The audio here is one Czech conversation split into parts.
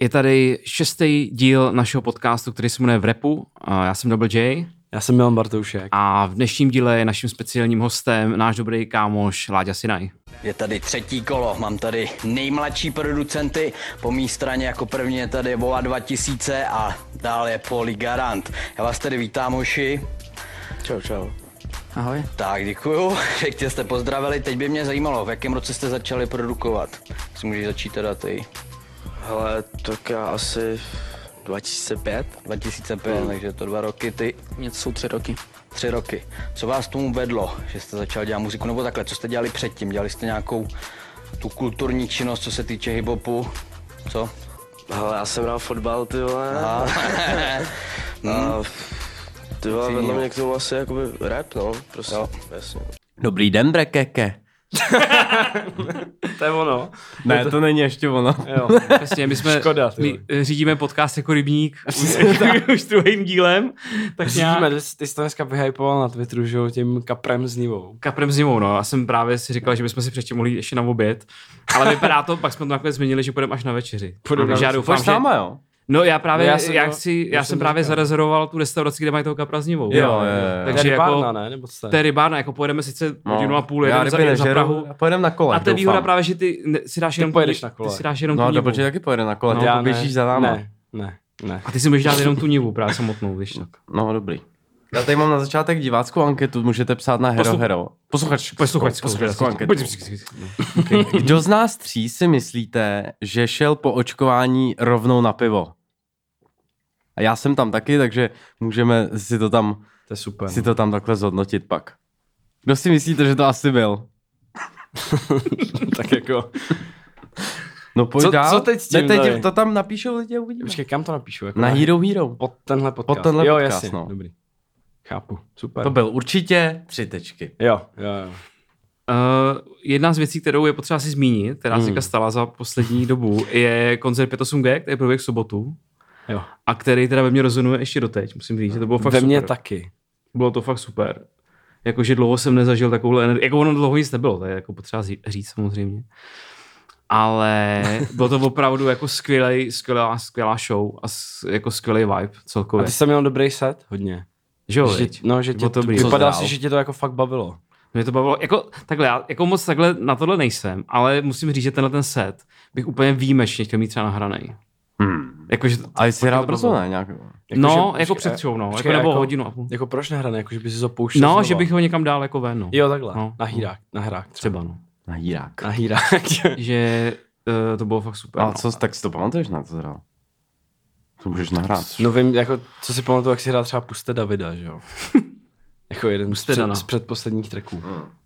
Je tady 6. díl našeho podcastu, který se jmenuje V rapu. Já jsem Double J. Já jsem Milan Bartoušek. A v dnešním díle je naším speciálním hostem náš dobrý kámoš Láďa Sinaj. Je tady třetí kolo, mám tady nejmladší producenty, po mý straně jako první je tady Vola 2000 a dál je Poli Garant. Já vás tady vítám, hoši. Čau, čau. Ahoj. Tak, děkuju, že jste pozdravili. Teď by mě zajímalo, v jakém roce jste začali produkovat. Si můžeš začít teda ty. Hele, tak já asi 2005. 2005, takže to 2 roky, ty. Něco jsou 3 roky. 3 roky. Co vás tomu vedlo, že jste začal dělat muziku, nebo takhle, co jste dělali předtím? Dělali jste nějakou tu kulturní činnost, co se týče hip-hopu? Co? Hele, já jsem hrál fotbal, ty vole. Ty vole, vedlo mě k tomu asi jakoby rap, no, prostě, jasně. Dobrý den, brekeke. To je ono. Ne, to není ještě ono. Jo. Přesně, my jsme Škoda, my řídíme podcast jako rybník už druhým dílem. Tak Řídíme, ty jsi to dneska vyhypoval na Twitteru, že jo, tím kaprem s Nivou. Kaprem zimou, no. Já jsem právě si říkal, že bychom si předtím mohli ještě na oběd, ale vypadá to, pak jsme to nakonec změnili, že půjdeme až na večeři. Takže já doufám, Pojď s náma, jo? No já právě, Já jsem právě zarezervoval tu restauraci, kde mají toho kapra s Nivou. Jo. Takže to je rybárna, jako, ne? Nebo co to je rybárna, jako pojedeme sice hodinu a půl, já jedeme za Prahu. Pojedem na kole, A to je výhoda doufám. právě, že ty si dáš jenom pojedeš na kole. Ty si dáš jenom No, tu Nivu. Double J taky pojede na kole, ty Já jako běžíš za náma. Ne. A ty si můžeš dát jenom tu Nivu právě samotnou, víš tak. No, dobrý. Já tady mám na začátek diváckou anketu, můžete psát na Hero. Posluchačskou anketu. Kdo z nás 3 si myslíte, že šel po očkování rovnou na pivo? A já jsem tam taky, takže můžeme To je super. si to tam takhle zhodnotit pak. Kdo si myslíte, že to asi byl? Tak jako... No pojď dál. Co teď s tím, teď dali? to tam napíšou lidi a uvidíme. Počkej, kam to napíšu? Jako Na Hero. Pod tenhle podcast. Pod tenhle jo, podcast, jasně, no. Dobrý. Chápu, super. To byl určitě 3 tečky. Jo. Jedna z věcí, kterou je potřeba si zmínit, která se stala za poslední dobu, je koncert 58G, který proběhl v sobotu. Jo. A který teda ve mně rezonuje ještě doteď, musím říct, že to bylo fakt Ve super. mně taky. Bylo to fakt super. Jakože dlouho jsem nezažil takovouhle energii. Jako ono dlouho nic nebylo, to je jako potřeba říct samozřejmě. Ale bylo to opravdu jako skvělá show a jako skvělý vibe celkově. A ty jsi měl dobrý set? Hodně. Že jo, Že bylo to dobrý. vypadá si, že tě to jako fakt bavilo. Mě to bavilo, jako takhle, já jako moc takhle na tohle nejsem, ale musím říct, že tenhle ten set bych úplně výjimečně chtěl mít třeba nahranej. Jakože A jsi hrál brzo, ne? Nějak... No, jako před show, no. Počkej, jako nebo jako, hodinu a půl. Jako proč nehrané? Jako, že by si to pouštěl No, znova. že bych ho někam dál jako ven, no. Jo, takhle. No. Na hrách. Třeba, no. Na hírák. Na hírák. Že to bylo fakt super. A no. co, tak si to pamatuješ, na co hrál? To můžeš nahrát. No vím, jako, co si pamatuju, jak si hrál třeba Puste Davida, že jo? Jako jeden z předposledních tracků.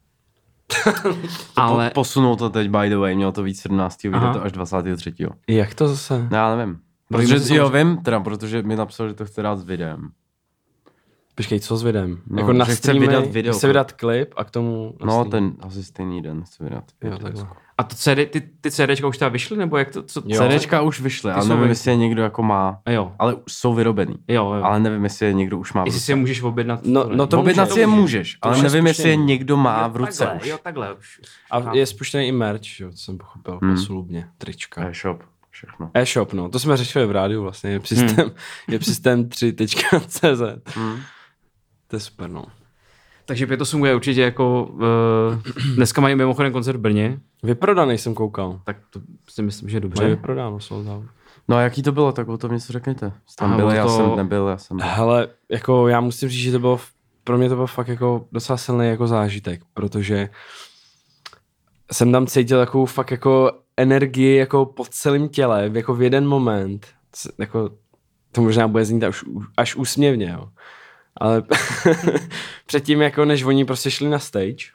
Ale Posunul to teď, by the way, mělo to víc 17. vyjde to až 23. Jak to zase? No, já nevím. Protože mi napsal, že to chce dát s videem. Počkej, co s videem? No, jako na že chce streamy, vydat video. chce vydat klip a k tomu... No, ten asi stejný den chce vydat. Jo, takhle. a to ty CDčka už teda vyšly, nebo jak to? CDčka už vyšly, ale nevím, jestli je někdo jako má. Jo. Ale jsou vyrobený. Jo. Ale nevím, jestli je někdo už má v Jestli ruce. si je můžeš objednat. No to objednat si je můžeš, ale už je nevím, jestli je spuštěný. někdo má v ruce takhle, už. Jo, takhle už. A je spuštěný i merch, jo, co jsem pochopil, poslubně, trička. E-shop, všechno. E-shop, no, to jsme řešili v rádiu vlastně, je systém 3.cz. To je super, no. Takže 58 je určitě jako... dneska mají mimochodem koncert v Brně, Vyprodaný jsem koukal. tak to si myslím, že je Mají dobře. vyprodáno, sold out. No a jaký to bylo, tak o tom něco řekněte. Jste tam Aha, byli, bylo já to- jsem nebyl, já jsem byl. Hele, jako já musím říct, že to bylo, pro mě to byl fakt jako docela silný jako zážitek, protože jsem tam cítil takovou fakt jako energii jako po celém těle, jako v jeden moment, jako to možná bude znít až úsměvně, jo. Ale předtím, jako než oni prostě šli na stage,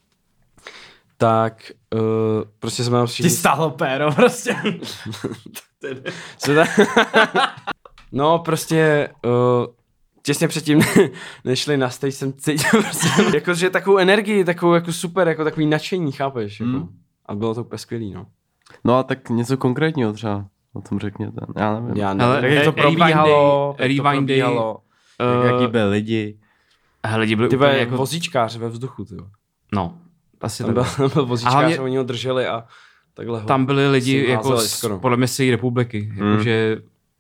tak prostě jsme tam všichni... stálo péro prostě. No prostě těsně předtím, než šli na stage, jsem cítil prostě, jako, že takovou energii, takovou jako super, jako takový nadšení, chápeš? Jako. A bylo to úplně skvělý, no. No a tak něco konkrétního třeba o tom řekněte. Já nevím. Já Hele, nevím. Jak to probíhalo, Rewind Day, jaký byly lidi. lidi byli Ty úplně vozíčkář ve vzduchu, ty. No, asi Tam tak. byl vozíčkář, hlavně- oni ho drželi a takhle tam byli lidi si jako podle mě z celé republiky, jakože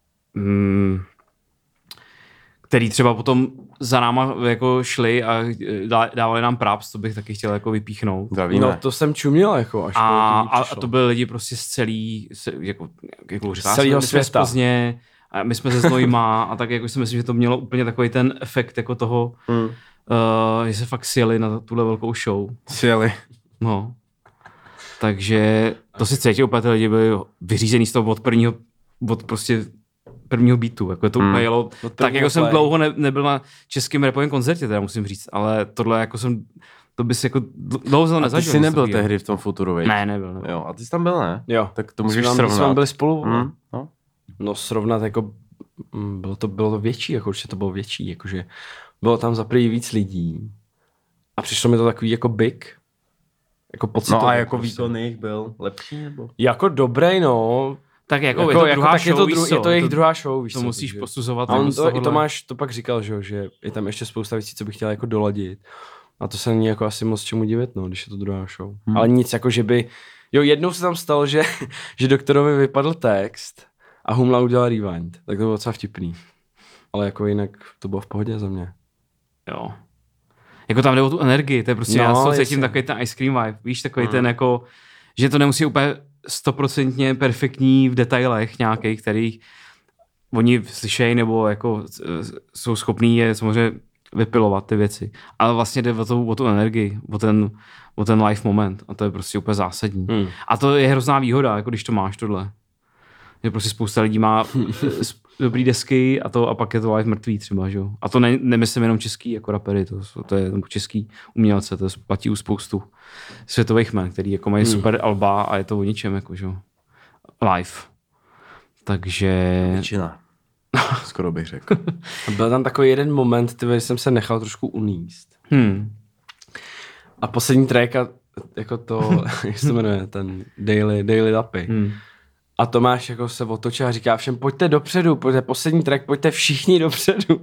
který třeba potom za náma jako šli a dávali nám praps, to bych taky chtěl jako vypíchnout. No to jsem čuměl jako až a to byli lidi prostě z celého světa. A my jsme ze Znojma a tak jako si myslím, že to mělo úplně takový ten efekt jako toho, že se fakt sjeli na tuhle velkou show. Sjeli. No. Takže to si cítí, úplně ty lidi byli vyřízený z toho od prvního beatu. Jako to úplně jelo. Tak jako jsem dlouho nebyl na českém rapovém koncertě, teda musím říct, ale tohle jako to bys jako dlouho nezažil. A ty jsi nebyl tehdy v tom Futuru, veď? Ne, nebyl. Jo, a ty jsi tam byl, ne? Jo. Tak to můžeš srovnat. Jsme byli spolu. No. No srovnat jako, bylo to větší, jako určitě to bylo větší, jakože bylo tam za první víc lidí a přišlo mi to takový jako big, jako pocitový. No a jako výkon jejich byl lepší, nebo? Jako dobrý, no. Tak jako je to druhá show, je to jejich druhá show, víš to co, musíš posuzovat. A i Tomáš to pak říkal, že je tam ještě spousta věcí, co bych chtěl jako doladit. A to se není jako asi moc čemu divit, no, když je to druhá show. Ale nic, jako že by, jednou se tam stalo, že doktorovi vypadl text a Humla udělal rewind, tak to bylo docela vtipný. Ale jako jinak to bylo v pohodě za mě. Jo. Jako tam jde o tu energii, to je prostě, já to cítím takový ten ice cream vibe, víš, takový ten jako, že to nemusí úplně 100% perfektní v detailech nějakých, kterých oni slyšejí nebo jako jsou schopní je samozřejmě vypilovat ty věci. Ale vlastně jde o tu energii, o ten live moment a to je prostě úplně zásadní. A to je hrozná výhoda, jako když to máš tohle. Že prostě spousta lidí má dobrý desky a pak je to live mrtvý třeba, že jo. A to nemyslím jenom český jako rapery, to je český umělce, to platí u spoustu světových men, který jako mají super alba a je to o ničem, jako, že jo. Live. Takže... Většina. Skoro bych řekl. A byl tam takový jeden moment, kdy jsem se nechal trošku uníst. A poslední track, jako to, jak se jmenuje, ten Daily Lapy. A Tomáš jako se otočil a říká všem, pojďte dopředu, poslední track, pojďte všichni dopředu.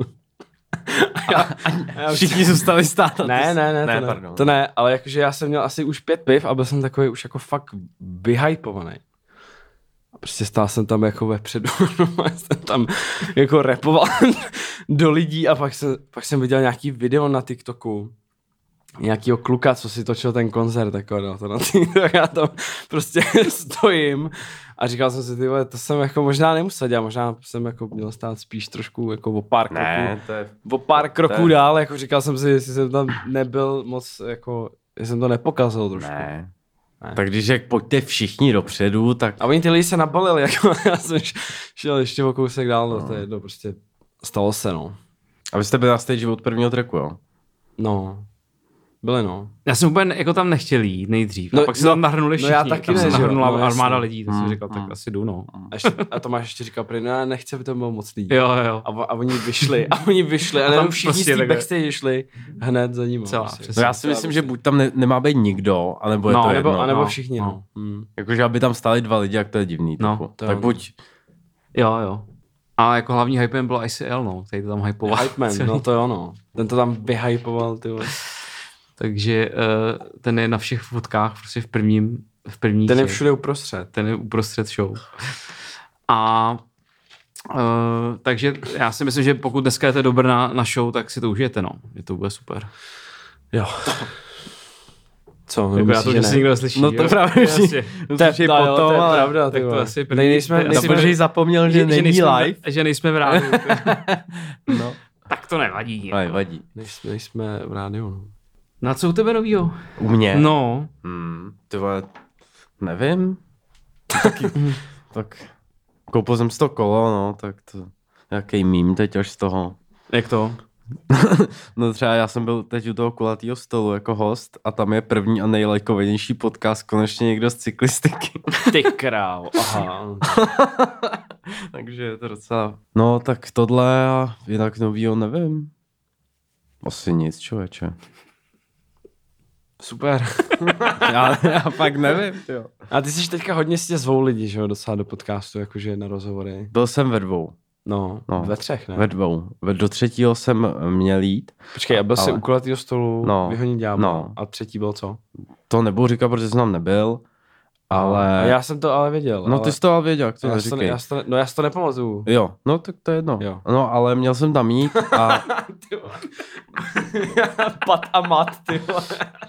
A všichni zůstali stát. Ne, to ne, ale jakože já jsem měl asi už 5 piv a byl jsem takový už jako fakt vyhypovaný. A prostě stál jsem tam jako vepředu, jsem tam jako rapoval do lidí a pak jsem viděl nějaký video na TikToku nějakýho kluka, co si točil ten koncert, jako tak já tam prostě stojím a říkal jsem si, ty vole, to jsem jako možná nemusel dělat, možná jsem jako měl stát spíš trošku jako o pár kroků dál, jako říkal jsem si, jestli jsem tam nebyl moc, jako, jestli jsem to nepokazil trošku. Ne. Tak když jak pojďte všichni dopředu, tak... A oni ty lidi se nabalili, jako já jsem šel ještě o kousek dál, no to je jedno, prostě stalo se, no. A vy jste byli na stage od prvního tracku, jo? No. Byli, no. Já jsem úplně jako tam nechtěl jít nejdřív. A pak se tam nahrnuli všichni. No já taky tam se nahrnula armáda lidí, to jsem říkal, tak asi jdu, no. A Tomáš ještě říkal, no já nechci, aby to bylo moc lidí. Jo. A oni vyšli a tam všichni prostě z té backstage šli hned za ním. No já si myslím, že buď tam nemá být nikdo, anebo je to jedno. Anebo všichni, no. Jakože aby tam stáli 2 lidi, jak to je divný. No, tak buď... Jo. A jako hlavní hypem byl ICL, no, který to tam hypoval. Hypeman, no to jo, no. Ten to tam vyhypoval, ty vole. Takže ten je na všech fotkách, prostě v první. Ten je všude uprostřed. Ten je uprostřed show. A takže já si myslím, že pokud dneska jdete do Brna na show, tak si to užijete, no. Je to bude super. Jo. Co? Jako já to, že si nikdo neslyší. No to právě všichni. To je pravda. Tak to asi protože zapomněl, že není live. Že nejsme v rádiu. No. Tak to nevadí. Nevadí. Nejsme v rádiu, no. Na co u tebe novýho? U mě? No. Tyhle, nevím. Tak koupil jsem 100 kolo, no, tak to nějaký mím teď až z toho. Jak to? No třeba já jsem byl teď u toho kulatýho stolu jako host a tam je první a nejlajkovanější podcast konečně někdo z cyklistiky. Ty král, aha. Takže je to docela... No tak tohle a jinak novýho nevím. Asi nic, člověče. Super. já fakt nevím, jo. A ty jsi teďka hodně si tě zvou lidi, že jo, docela do podcastu, jakože na rozhovory. Byl jsem ve 2. No, ve 3, ne? Ve 2. Do 3. jsem měl jít. Počkej, a byl jsi u kulatýho stolu, vyhoní ďábla. No. A 3. byl co? To nebudu říkat, protože jsem tam nebyl. Ale... A já jsem to ale věděl. No ale... ty jsi to ale věděl, jak to neříkej. Já si to nepamatuju. Jo, no tak to je jedno. Jo. No ale měl jsem tam jít a... Pat a mat, ty vole.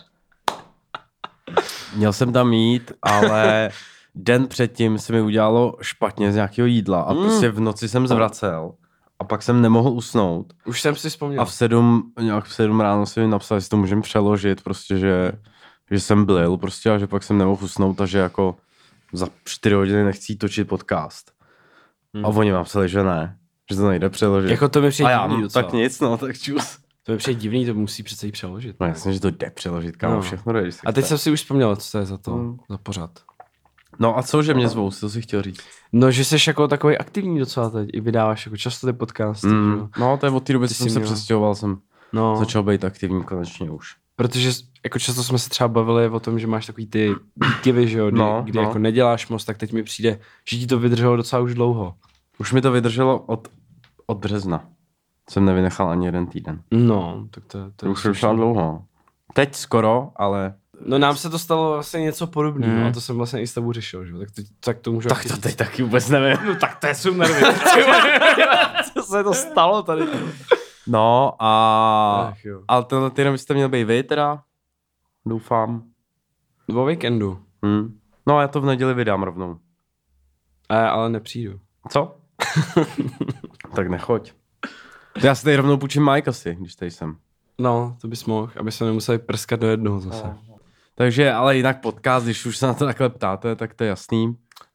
Měl jsem tam jít, ale den předtím se mi udělalo špatně z nějakého jídla a prostě v noci jsem zvracel a pak jsem nemohl usnout. Už jsem si vzpomněl. A nějak v 7 ráno si mi napsal, že to můžeme přeložit, prostě, že jsem blil prostě a že pak jsem nemohl usnout a že jako za 4 hodiny nechci točit podcast. A oni napsali, že ne, že to nejde přeložit. Jako to mi přijde divný docela. Tak nic, no, tak čus. To mi přijde divný, to musí přece jí přeložit. No jasně, že to jde přeložit, kámo, všechno jde. A teď jsem si už vzpomněl, co to je za to, za pořad. No a co, že mě zvou, co jsi chtěl říct? No, že jsi jako takový aktivní docela teď, i vydáváš jako často ty podcasty. No, to je od té doby, co jsem se přestěhoval, jsem začal být aktivní konečně už. Protože jako často jsme se třeba bavili o tom, že máš takový ty výkyvy, že jo, kdy jako neděláš moc, tak teď mi přijde, že ti to vydrželo docela už dlouho. Už mi to vydrželo od března. Jsem nevynechal ani jeden týden. No, tak to už šlo dlouho. Teď skoro, ale... No nám se to stalo vlastně něco podobného, a to jsem vlastně i s tebou řešil, že jo, tak to můžu... Tak to teď taky vůbec nevím. No tak to je super, co se to stalo tady? No a... Ale tenhle týden byste měl být vy teda? Doufám. O víkendu. No já to v neděli vydám rovnou. Ale nepřijdu. Co? Tak nechoď. Já si tady rovnou půjčím Mike asi, když tady jsem. No, to bys mohl, aby se nemuseli prskat do jednoho zase. Takže, ale jinak podcast, když už se na to takhle ptáte, tak to je jasný.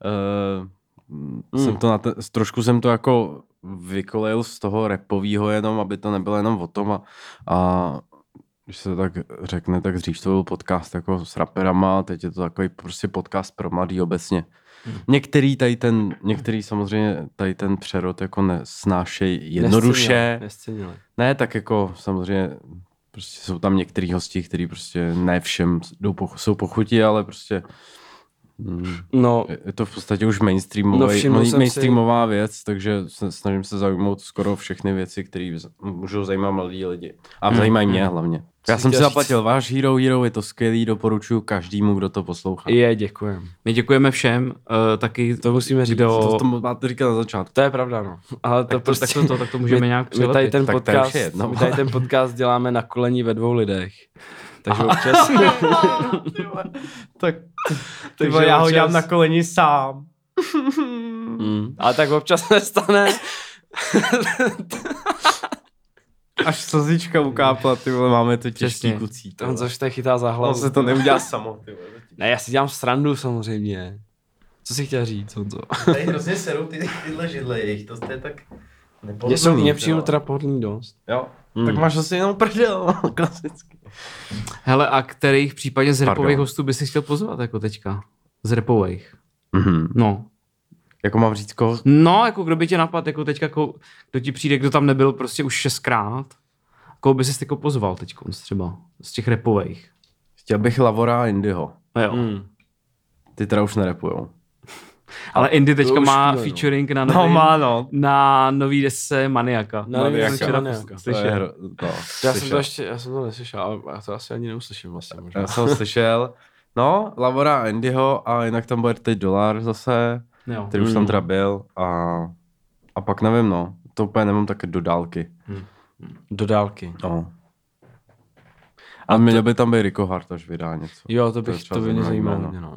Trošku jsem to jako vykolejil z toho rapovýho jenom, aby to nebylo jenom o tom a když se to tak řekne, tak dřív to byl podcast jako s raperama, teď je to takový prostě podcast pro mladý obecně. Některý samozřejmě tady ten přerod jako nesnášejí jednoduše. Nescenili. Ne, tak jako samozřejmě prostě jsou tam některý hosti, kteří prostě ne všem jsou pochutí, ale prostě no, je to v podstatě už mainstreamová věc, takže snažím se zaujmout skoro všechny věci, které můžou zajímat mladí lidi. A zajímají mě hlavně. Já jsem si zaplatil váš Hero, je to skvělý, doporučuji každému, kdo to poslouchá. Děkujem. My děkujeme všem, taky to musíme říct. To máte říkat na začátku. To je pravda, no. Ale tak to můžeme nějak přilepit. My tady ten podcast děláme na kolení ve 2 lidech. Takže občas... Takže já ho dělám na koleni sám. Ale tak občas nestane. Až slzička ukápla, ty vole, máme to těžký kucí. On což to chytá za hlavu. On se to neudělá samo, ty vole. Ne, já si dělám srandu samozřejmě. Co jsi chtěl říct, Honzo? Tady hrozně serou tyhle židle jejich, to je tak nepohodlný. Mně přijdu teda pohodlný dost. Jo, tak máš asi jenom prdel, klasicky. Hele, a kterých případně z rapových hostů by si chtěl pozvat jako teďka? Z rapových. No. Jako mám říct koho? No, jako kdo by tě napadl, jako teďka, kdo ti přijde, kdo tam nebyl prostě už 6krát. Koho by si jako pozval teďko třeba z těch rapových? Chtěl bych Lavora a Indyho. Jo. Ty teda už nerapujou. Ale Indy teďka má featuring na nový desce Maniaka. Já jsem to neslyšel, ale to asi ani neuslyším vlastně možná. Já jsem slyšel. No, Lavora a Indyho a jinak tam bude teď Dolar zase, který už tam teda byl a pak nevím, no. To úplně nemám také do dálky. Do dálky. No. A měl by tam být Rico Hart, až vydá něco. Jo, to by mě zajímalo. No.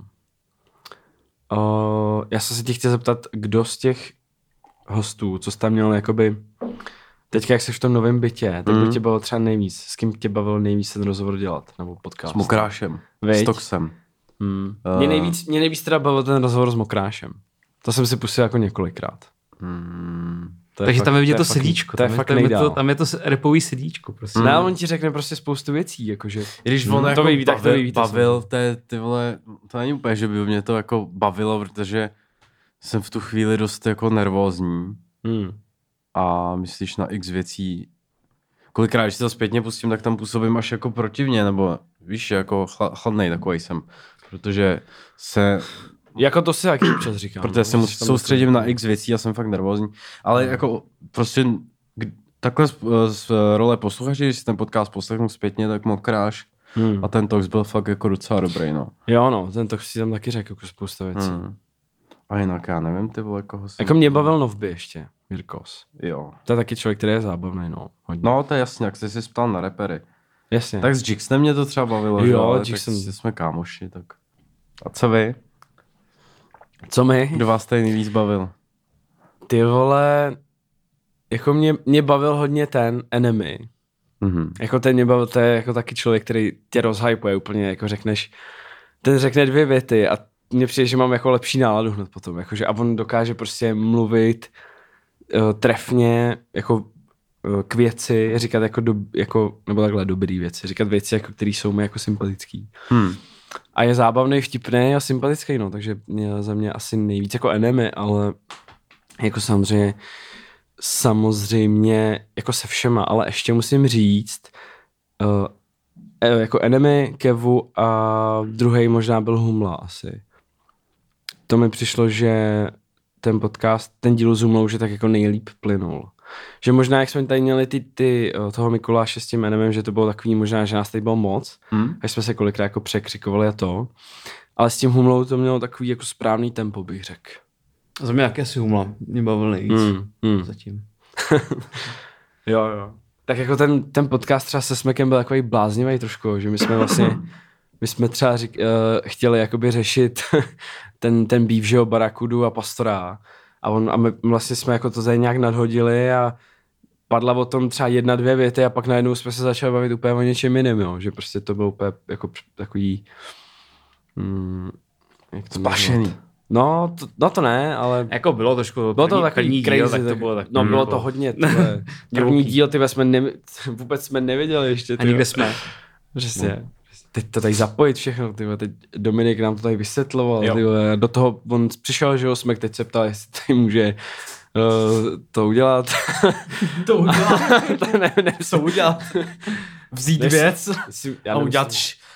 Já jsem se tě chtěl zeptat, kdo z těch hostů, co jsi tam měl jakoby, teďka jak jsi v tom novém bytě, tak by tě bavilo třeba nejvíc, s kým tě bavilo nejvíc ten rozhovor dělat, nebo podcast? S Mokrášem, s Toxem. Mě nejvíc teda bavil ten rozhovor s Mokrášem. To jsem si pustil jako několikrát. Takže tam je vidět to sedíčko. To je fakt nejdál. Tam je to rapový sedíčko. Prostě. Ne, on ti řekne prostě spoustu věcí. Jakože, když on jako bavil, ty vole, to není úplně, že by mě to jako bavilo, protože jsem v tu chvíli dost jako nervózní. A myslíš na x věcí. Kolikrát, když si to zpětně pustím, tak tam působím až jako protivně, nebo víš, jako chladnej takovej jsem. Protože se... Jako to si taky občas říkám. Protože se soustředím na x věcí a jsem fakt nervózní. Ale jako prostě takhle z role posluchače, když si ten podcast poslechnu zpětně, tak Mokráš A ten Tox byl fakt jako docela dobrý, no. Jo, no, ten Tox si tam taky řekl jako spousta věcí. A jinak já nevím, ty vole, koho jsem... Jako mě bavil Novby ještě, Mirkos. Jo. To je taky člověk, který je zábavný, no. Hodně. No, to je jasně, jak jsi si ptal na repery. Jasně. Tak s Jixem mě to třeba bavilo, Jo, že? Ale Jixem. tak jsme kámoši, tak... A co vy? Co my? Kdo vás tady nejvíc bavil? Ty vole, jako mě bavil hodně ten Enemy. Jako ten mě bavil, to je jako taky člověk, který tě rozhypuje úplně, jako řekneš, ten řekne 2 věty a mně přijde, že mám jako lepší náladu hned potom, jakože a on dokáže prostě mluvit trefně, jako k věci, říkat jako nebo takhle dobrý věci, říkat věci, jako, které jsou mi jako sympatický. A je zábavný, vtipný a sympatický, no, takže za mě asi nejvíc jako Enemy, ale jako samozřejmě jako se všema, ale ještě musím říct, jako Enemy, Kevu a druhý možná byl Humla asi. To mi přišlo, že ten podcast, ten díl s Humlou, že tak jako nejlíp plynul. Že možná, jak jsme tady měli toho Mikuláše s tím Enemem, že to bylo takový možná, že nás tady bylo moc, až jsme se kolikrát jako překřikovali a to. Ale s tím Humlou to mělo takový jako správný tempo, bych řekl. Za mě jaké si Humla, mě bavil nejvíc zatím. Jo. Tak jako ten podcast třeba se Smekem byl takový bláznivý trošku, že my jsme třeba chtěli jakoby řešit ten beef, že jo, Barakudu a Pastora. A my vlastně jsme jako to tady nějak nadhodili a padla o tom třeba 1-2 věty a pak najednou jsme se začali bavit úplně o něčem jiném, jo, že prostě to bylo úplně jako takový Splašený. No to ne, ale... Jako bylo trošku bylo to takový crazy, díl, tak to bylo tak... No bylo to hodně, první díl, vůbec jsme nevěděli ještě. A nikde jsme. Přesně. Teď to tady zapojit všechno, teď Dominik nám to tady vysvětloval, do toho on přišel, že jo, Smek teď se ptal, jestli tady může to udělat. To udělat? Co udělat? Vzít věc a udělat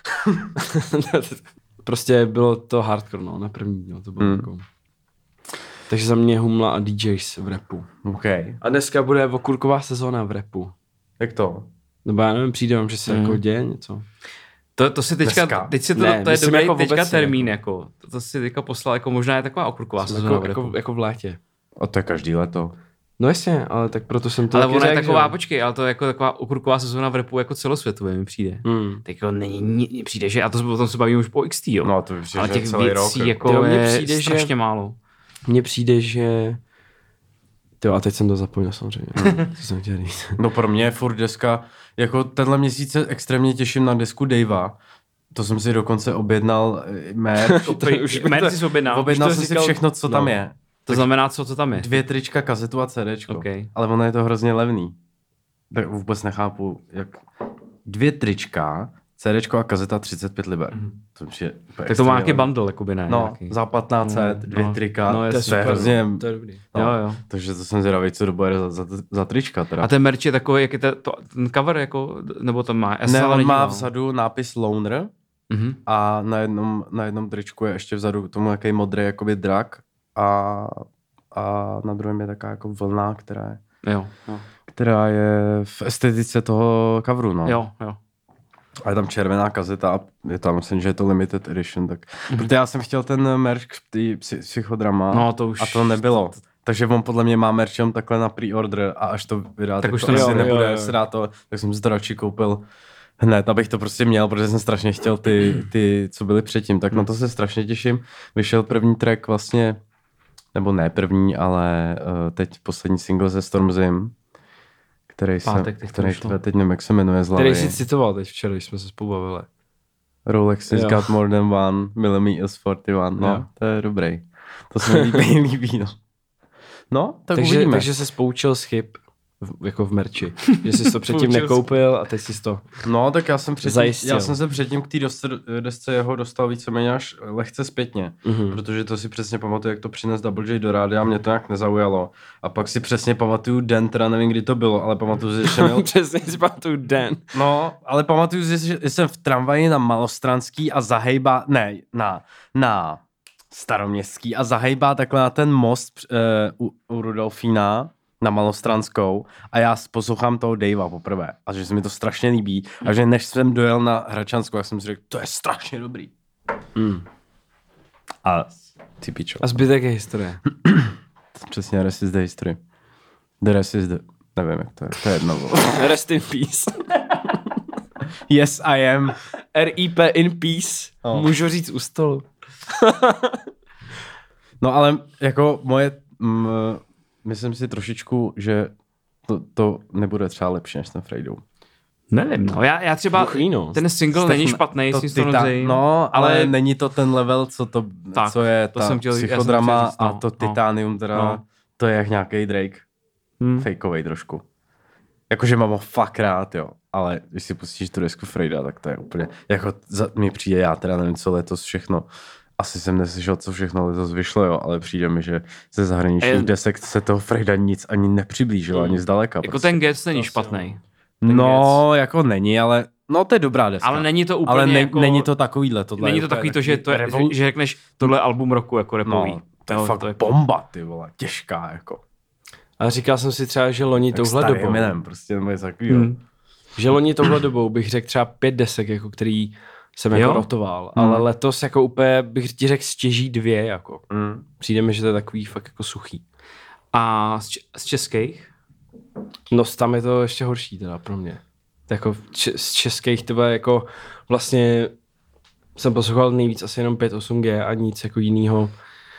prostě bylo to hardcore, no, na první díl, to bylo jako... Takže za mě Humla a DJs v rapu. Okay. A dneska bude okurková sezóna v rapu. Jak to? Nebo já nevím, přijde vám, že se jako děje něco. To si teďka, to je dobrý jako teďka termín, jako. To si teďka poslal, jako možná je taková okurková sezóna jako v létě. A to je každý léto. No jasně, ale tak proto jsem to ale taky ona je řekl, taková, že... počkej, ale to je jako taková okurková sezóna v rapu jako celosvětově mi přijde. Tak jako není, přijde, že, a to o tom se bavíme už po XT, jo. No to přijde, ale těch celý věcí rok, jako je strašně málo. Mně přijde, že... Jo, a teď jsem to zapomněl samozřejmě. Co jsem chtěl říct. No pro mě je furt deska, jako tenhle měsíc se extrémně těším na desku Davea. To jsem si dokonce objednal merch. Merch jsi objednal? Objednal jsem si všechno, co tam je. To znamená, co tam je? 2 trička, kazetu a CDčko. Okay. Ale ono je to hrozně levný. Tak vůbec nechápu, jak 2 trička, CDčko a kazeta 35 liber. Tak to má nějaký bundle, jakoby ne? No, nějaký. za 1500, 2 trika. No, to je hrozně... To je dobrý. No, jo. Takže to jsem zvědavý, co dobu je za trička teda. A ten merch je takový, jak je ten cover, jako, nebo tam má S? Ne, on má vzadu nápis Loner a na jednom tričku je ještě vzadu tomu nějaký modrý jakoby drak a na druhém je taková jako vlna, která je v estetice toho coveru, no. Jo. A je tam červená kazeta a je tam, myslím, že je to limited edition, tak. Protože já jsem chtěl ten merch psychodrama no, to už... a to nebylo. Takže on podle mě má merch takhle na pre-order a až to vydá, tak už to asi nebude se dá to, tak jsem si to radši koupil hned, abych to prostě měl, protože jsem strašně chtěl ty co byly předtím, tak na to se strašně těším. Vyšel první track vlastně, nebo ne první, ale teď poslední single ze Stormzim, který teď nevím, jak se jmenuje z hlavy. Který jsi citoval teď včera, když jsme se pobavili. Rolex has got more than 1 millimeters 41, no, to je dobrý. To se mi líbí, no. No, tak uvidíme. Takže se spoučil z chyb jako v merči. Že jsi to předtím nekoupil a teď jsi to no, tak já jsem se předtím k té desce jeho dostal víceméně až lehce zpětně. Protože to si přesně pamatuju, jak to přines Double J do rádia a mě to nějak nezaujalo. A pak si přesně pamatuju den, teda nevím, kdy to bylo, ale pamatuju, že měl... přesně si pamatuju den. No, ale pamatuju, že jsem v tramvaji na Malostranský a zahejbá... Ne, na Staroměstský a zahejbá takhle na ten most u Rudolfína na Malostranskou a já poslouchám toho Davea poprvé a že se mi to strašně líbí a že než jsem dojel na Hradčanskou, jak jsem si řekl, to je strašně dobrý. A ty pičo. A zbytek je historie. Přesně, rest is the history. The rest is the... Nevím, jak to je jedno. Rest in peace. Yes, I am. RIP in peace. Můžu říct u stolu. No ale jako moje... myslím si trošičku, že to nebude třeba lepší než ten Frejdou. Nevím, no. Já třeba ten single není špatný, no, ale není to ten level, co je to ta psychodrama říct, a to Titanium, teda to je jak nějaký Drake. Fakeovej trošku. Jakože mám ho fakt rád, jo. Ale když si pustíš tu desku Frejda, tak to je úplně, jako mi přijde, já teda nevím, co letos všechno, asi jsem neslyšel, co všechno letos vyšlo, jo, ale přijde mi, že ze zahraničních desek se toho Frejda nic ani nepřiblížilo, ani zdaleka. Jako prostě. Ten Gets není špatný. No, jako není, ale no to je dobrá deska. Ale není to úplně ale jako... není to takovýhle. Není to takový to, že řekneš tohle album roku jako rapový. No, to je fakt bomba, ty vole, těžká jako. A říkal jsem si třeba, že loni touhle dobou. Eminem, prostě nebo něco takového. Že loni touhle dobou bych řekl třeba 5 desek, jako který jsem jako rotoval, ale letos jako úplně bych ti řekl stěží 2 jako. Přijde mi, že to je takový fakt jako suchý. A z českých? No tam je to ještě horší teda pro mě. Jako z českých to bude jako vlastně jsem poslouchal nejvíc asi jenom 5.8G a nic jako jinýho.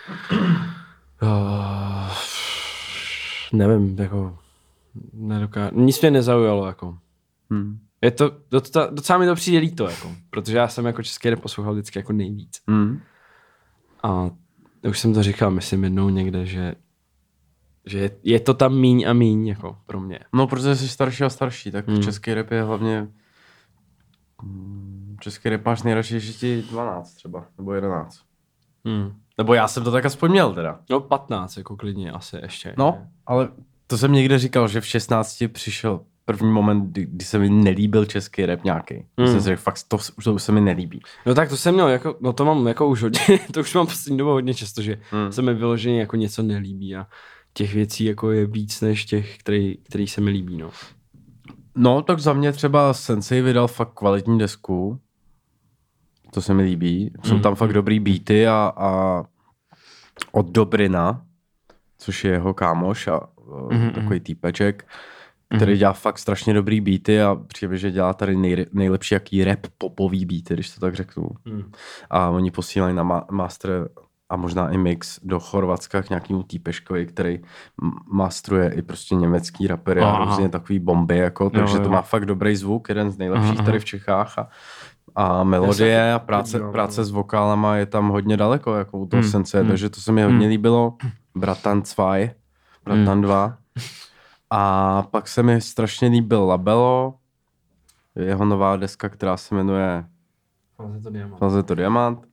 Nevím, jako nic mě nezaujalo jako. Je to, docela mi to přijde líto, jako, protože já jsem jako český rap poslouchal vždycky jako nejvíc. A už jsem to říkal, myslím jednou někde, že je to tam míň a míň, jako pro mě. No, protože jsi starší a starší, tak český rap je hlavně... Český rap máš nejradši, že ti 12 třeba, nebo 11. Nebo já jsem to tak aspoň měl teda. No 15, jako klidně asi ještě. No, ale to jsem někde říkal, že v 16 přišel první moment, kdy se mi nelíbil český rap nějaký. Jsem si řekl, fakt to už se mi nelíbí. No tak to jsem měl, jako, no to mám jako už hodně, to už mám poslední dobou hodně často, že se mi vyloženě jako něco nelíbí a těch věcí jako je víc než těch, který se mi líbí, no. No, tak za mě třeba Sensei vydal fakt kvalitní desku. To se mi líbí. Jsou tam fakt dobrý beaty a od Dobrina, což je jeho kámoš a takový týpeček, který dělá fakt strašně dobrý beaty a přijde, že dělá tady nejlepší jaký rap popový beaty, když to tak řeknu. A oni posílají na master a možná i mix do Chorvatska k nějakému týpeškovi, který mastruje i prostě německý rapery a různě takový bomby, jako, takže to má fakt dobrý zvuk, jeden z nejlepších tady v Čechách a melodie a práce s vokálama je tam hodně daleko, jako u toho Sensei, takže to se mi hodně líbilo. Bratan 2. A pak se mi strašně líbil Labello, jeho nová deska, která se jmenuje Falzetto Diamant.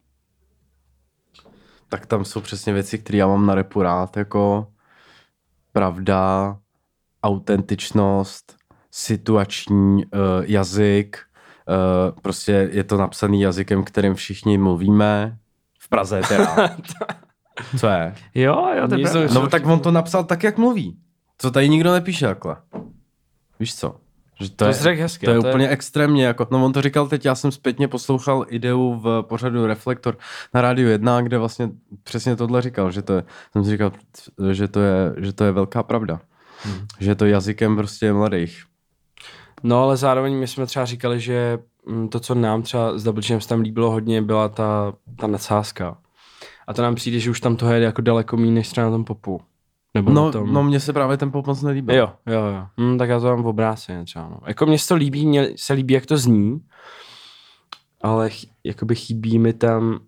Tak tam jsou přesně věci, které já mám na rapu rád, jako pravda, autentičnost, situační jazyk, prostě je to napsaný jazykem, kterým všichni mluvíme, v Praze teda. Co je? Jo, no tak on to napsal tak, jak mluví. Co tady nikdo nepíše takhle. Víš co? Že to je hezky, to je úplně extrémně, jako, no on to říkal teď, já jsem zpětně poslouchal ideu v pořadu Reflektor na Rádiu 1, kde vlastně přesně tohle říkal, jsem si říkal, že to je velká pravda. Že to jazykem prostě mladých. No ale zároveň my jsme třeba říkali, že to, co nám třeba s Double Jam tam líbilo hodně, byla ta nadsázka. A to nám přijde, že už tam to je jako daleko méně než třeba na tom popu. Nebo no mně se právě ten pop moc nelíbil. Jo. Tak já to mám v obráceně třeba. No. Jako mně se to líbí, mně se líbí, jak to zní, ale jakoby chybí mi tam,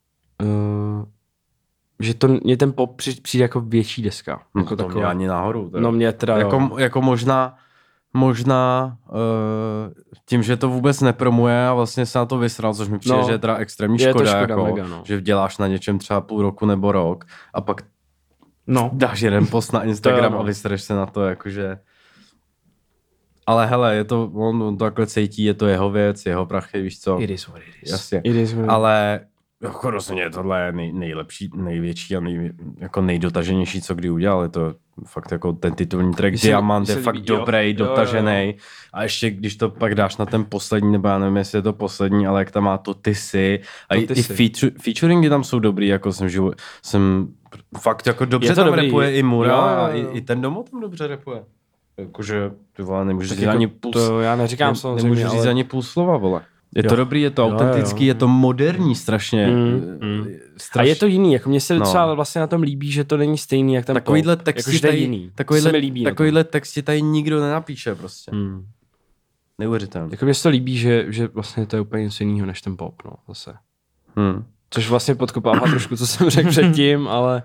že mě ten pop přijde jako větší deska. No jako to mě ani náhodou. Teda. No mě teda jako možná tím, že to vůbec nepromuje a vlastně se na to vysral, což mi přijde, že je teda extrémní škoda, jako, mega, no. Že děláš na něčem třeba půl roku nebo rok a pak dáš jeden post na Instagram a vysreš se na to, jakože... Ale hele, on to takhle cítí, je to jeho věc, jeho prachy, víš co? It is what it is. Jasně. Ale Jako rozhodně tohle je nejlepší, největší a jako nejdotaženější, co kdy udělal. Je to fakt jako ten titulní track Diamant je fakt dobrý, dotažený. A ještě když to pak dáš na ten poslední, nebo já nevím, jestli je to poslední, ale jak tam má to ty si. A i featuringy tam jsou dobrý, jako jsem fakt jako dobře tam rapuje i Mura a i ten Domo tam dobře rapuje. Jakože ty vole, nemůžu říct ani půl. To já neříkám samozřejmě, nemůžu říct ani půl slova, vole. Je to dobrý, je to autentický, je to moderní strašně. A je to jiný, jako mně se docela vlastně na tom líbí, že to není stejný, jak ten takovýhle texty tady, jiný. Takovýhle texty tady nikdo nenapíše prostě. Neuvěřitelné. Jako mně se to líbí, že vlastně to je úplně něco jiného než ten pop, no, zase. Což vlastně podkopává trošku, co jsem řekl předtím, ale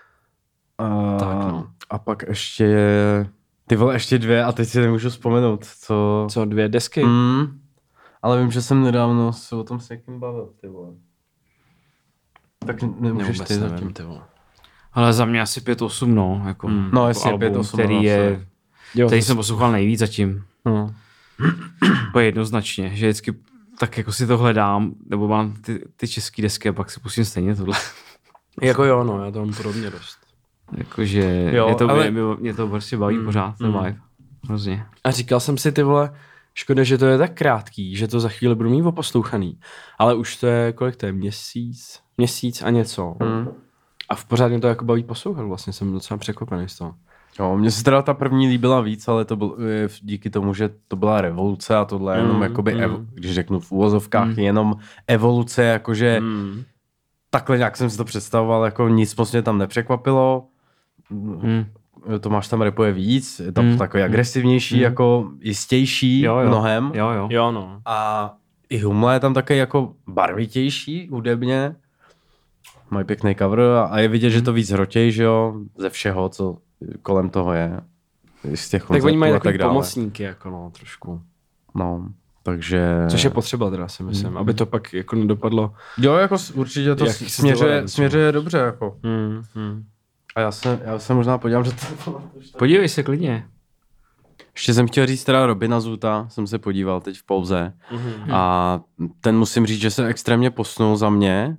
tak no. A pak ještě ty vole, ještě 2 a teď si nemůžu vzpomenout, co 2 desky? Ale vím, že jsem nedávno se o tom s někým bavil, ty vole. Tak nemůžeš ty zatím, ty vole. Ale za mě asi 5-8, no. Jako, no jasně, 5-8. Který jsem poslouchal nejvíc zatím. To je jednoznačně, že vždycky tak jako si to hledám, nebo mám ty český desky a pak si pustím stejně tohle. Jako jo, no, já to mám podobně dost. Jakože mě to prostě baví pořád, ten vibe. Hrozně. A říkal jsem si, ty vole, škoda, že to je tak krátký, že to za chvíli budu mít oposlouchaný. Ale už to je, kolik to je, měsíc a něco. A v pořád mě to jako baví poslouchat, vlastně jsem docela překvapený z toho. Jo, mně se teda ta první líbila víc, ale to byl díky tomu, že to byla revoluce a tohle jenom jakoby, když řeknu v úvozovkách, jenom evoluce, jakože takhle nějak jsem si to představoval, jako nic moc mě tam nepřekvapilo. Tomáš tam rapuje víc, je tam takový agresivnější, jako jistější mnohem. Jo, no. A i Humla je tam taky jako barvitější hudebně. Mají pěkný cover a je vidět, že to víc hrotěj, že jo, ze všeho, co kolem toho je. Z těch tak oni mají takový pomocníky, jako no, trošku. No, takže... Což je potřeba teda, si myslím, aby to pak jako nedopadlo. Jo, jako určitě to směřuje dobře, jako. A já se možná podívám, že to... Podívej se klidně. Ještě jsem chtěl říct teda Robina Zuta, jsem se podíval teď v pauze. A ten musím říct, že se extrémně posunul za mě.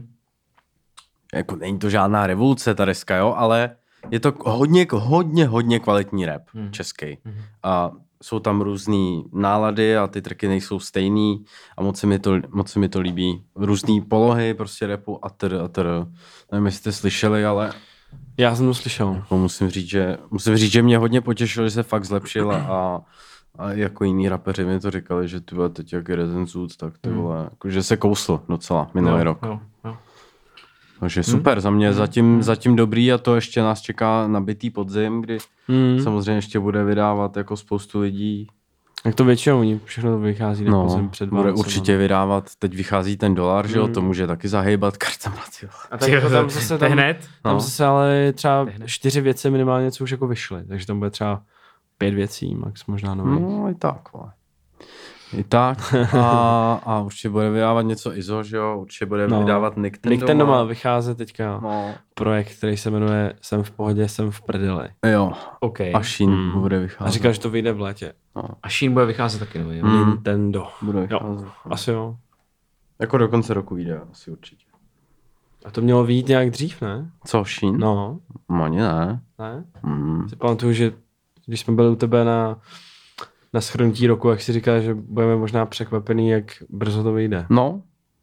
Jako není to žádná revoluce ta deska, jo, ale je to hodně kvalitní rap český. A jsou tam různý nálady a ty tracky nejsou stejný a moc se mi to líbí. Různý polohy prostě rapu a tr. Nevím, jestli jste slyšeli, ale... Já jsem to slyšel. Jako musím říct, že mě hodně potěšilo, že se fakt zlepšil a jako jiní rapeři mi to říkali, že ty vole, teď jak jede ten Zud, tak ty vole, jako, že se kousl docela minulý rok. Jo. Takže super, za mě zatím dobrý a to ještě nás čeká nabitý podzim, kdy samozřejmě ještě bude vydávat jako spoustu lidí. Jak to většinou, oni všechno to vychází na podzim před Vánocem. Bude určitě vydávat, teď vychází ten $, že jo, to může taky zahejbat kartama. A tak jako tam zase tam zase ale třeba 4 věci minimálně, co už jako vyšly, takže tam bude třeba 5 věcí, max možná nových. No i tak, vole. I tak a určitě bude vydávat něco ISO, že jo, určitě bude vydávat Nintendo má vycházet teďka projekt, který se jmenuje Jsem v pohodě, jsem v prdeli. Jo, okay. A Shin bude vycházet. A říkal, že to vyjde v létě. A Shin bude vycházet taky nový. Nintendo. Bude vycházet. Asi jo. Jako do konce roku vyjde, asi určitě. A to mělo vyjít nějak dřív, ne? Co, Shin? No. Ani ne. Ne? Si pamatuju, že když jsme byli u tebe na shrnutí roku, jak si říkal, že budeme možná překvapený, jak brzo to vyjde. No.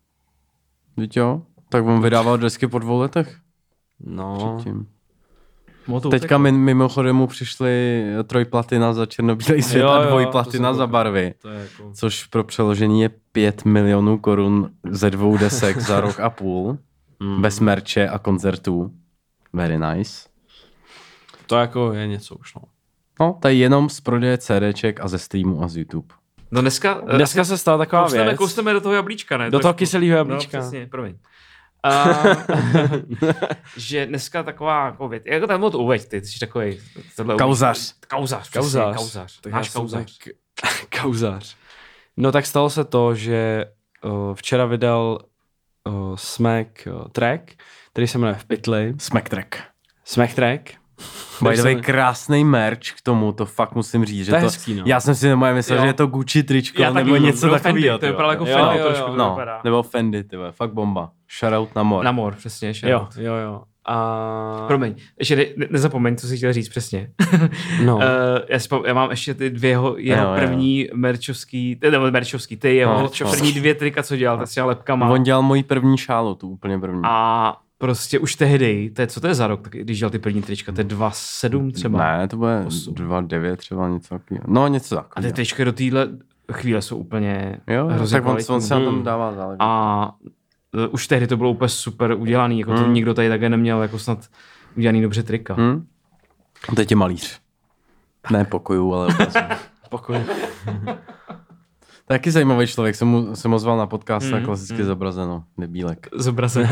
Víte jo? Tak on vydával desky po 2 letech. No. Předtím. Teďka mimochodem mu přišly 3 platina za černobílej svět a 2 platina za barvy. Jako... Což pro přeložení je 5 milionů korun ze 2 desek za rok a půl. Bez merče a koncertů. Very nice. To jako je něco už, no. No, to je jenom z prodeje CDček a ze streamu a z YouTube. No dneska se stala taková věc. Kousteme do toho jablíčka, ne? Do toho kyselého jablíčka. No, přesně, promiň. Že dneska taková jako věc, jako ten mod uveď, ty jsi takovej... Kauzař. Náš kauzař. Kauzař. No tak stalo se to, že včera vydal Smack track, který se jmenuje V pytli. Smack track. Smack track. By the way, krásný merch k tomu, to fakt musím říct, že to je hezký, no. Já jsem si nemůžu myslet, že je to Gucci tričko, nebo něco takového. To je právě jako Fendi trošku to vypadá. Nebo Fendi, tyhle, fakt bomba. Shoutout na Mor. Na Mor, přesně, shoutout. Jo. A... Promiň, ještě nezapomeň, co jsi chtěl říct přesně. No. Já mám ještě ty jeho první merčovský, ty jeho první 2 trika, co dělal, s těma lepkama. On dělal moji první šálu, tu úplně první. A prostě už tehdy, co to je za rok, když dělal ty první trička, to je 2.7 třeba? Ne, to bude 2.9 třeba něco takového. No, něco takového. A ty tričky do téhle chvíle jsou úplně hrozně tak on se na tom dává záležet. A už tehdy to bylo úplně super udělaný, jako to nikdo tady také neměl jako snad udělaný dobře trika. Teď je malíř. Ne pokoju, ale obrazu. Pokoju. Taky zajímavý člověk, jsem ho zval na podcast a klasicky zobrazeno, debílek. Zobrazeno.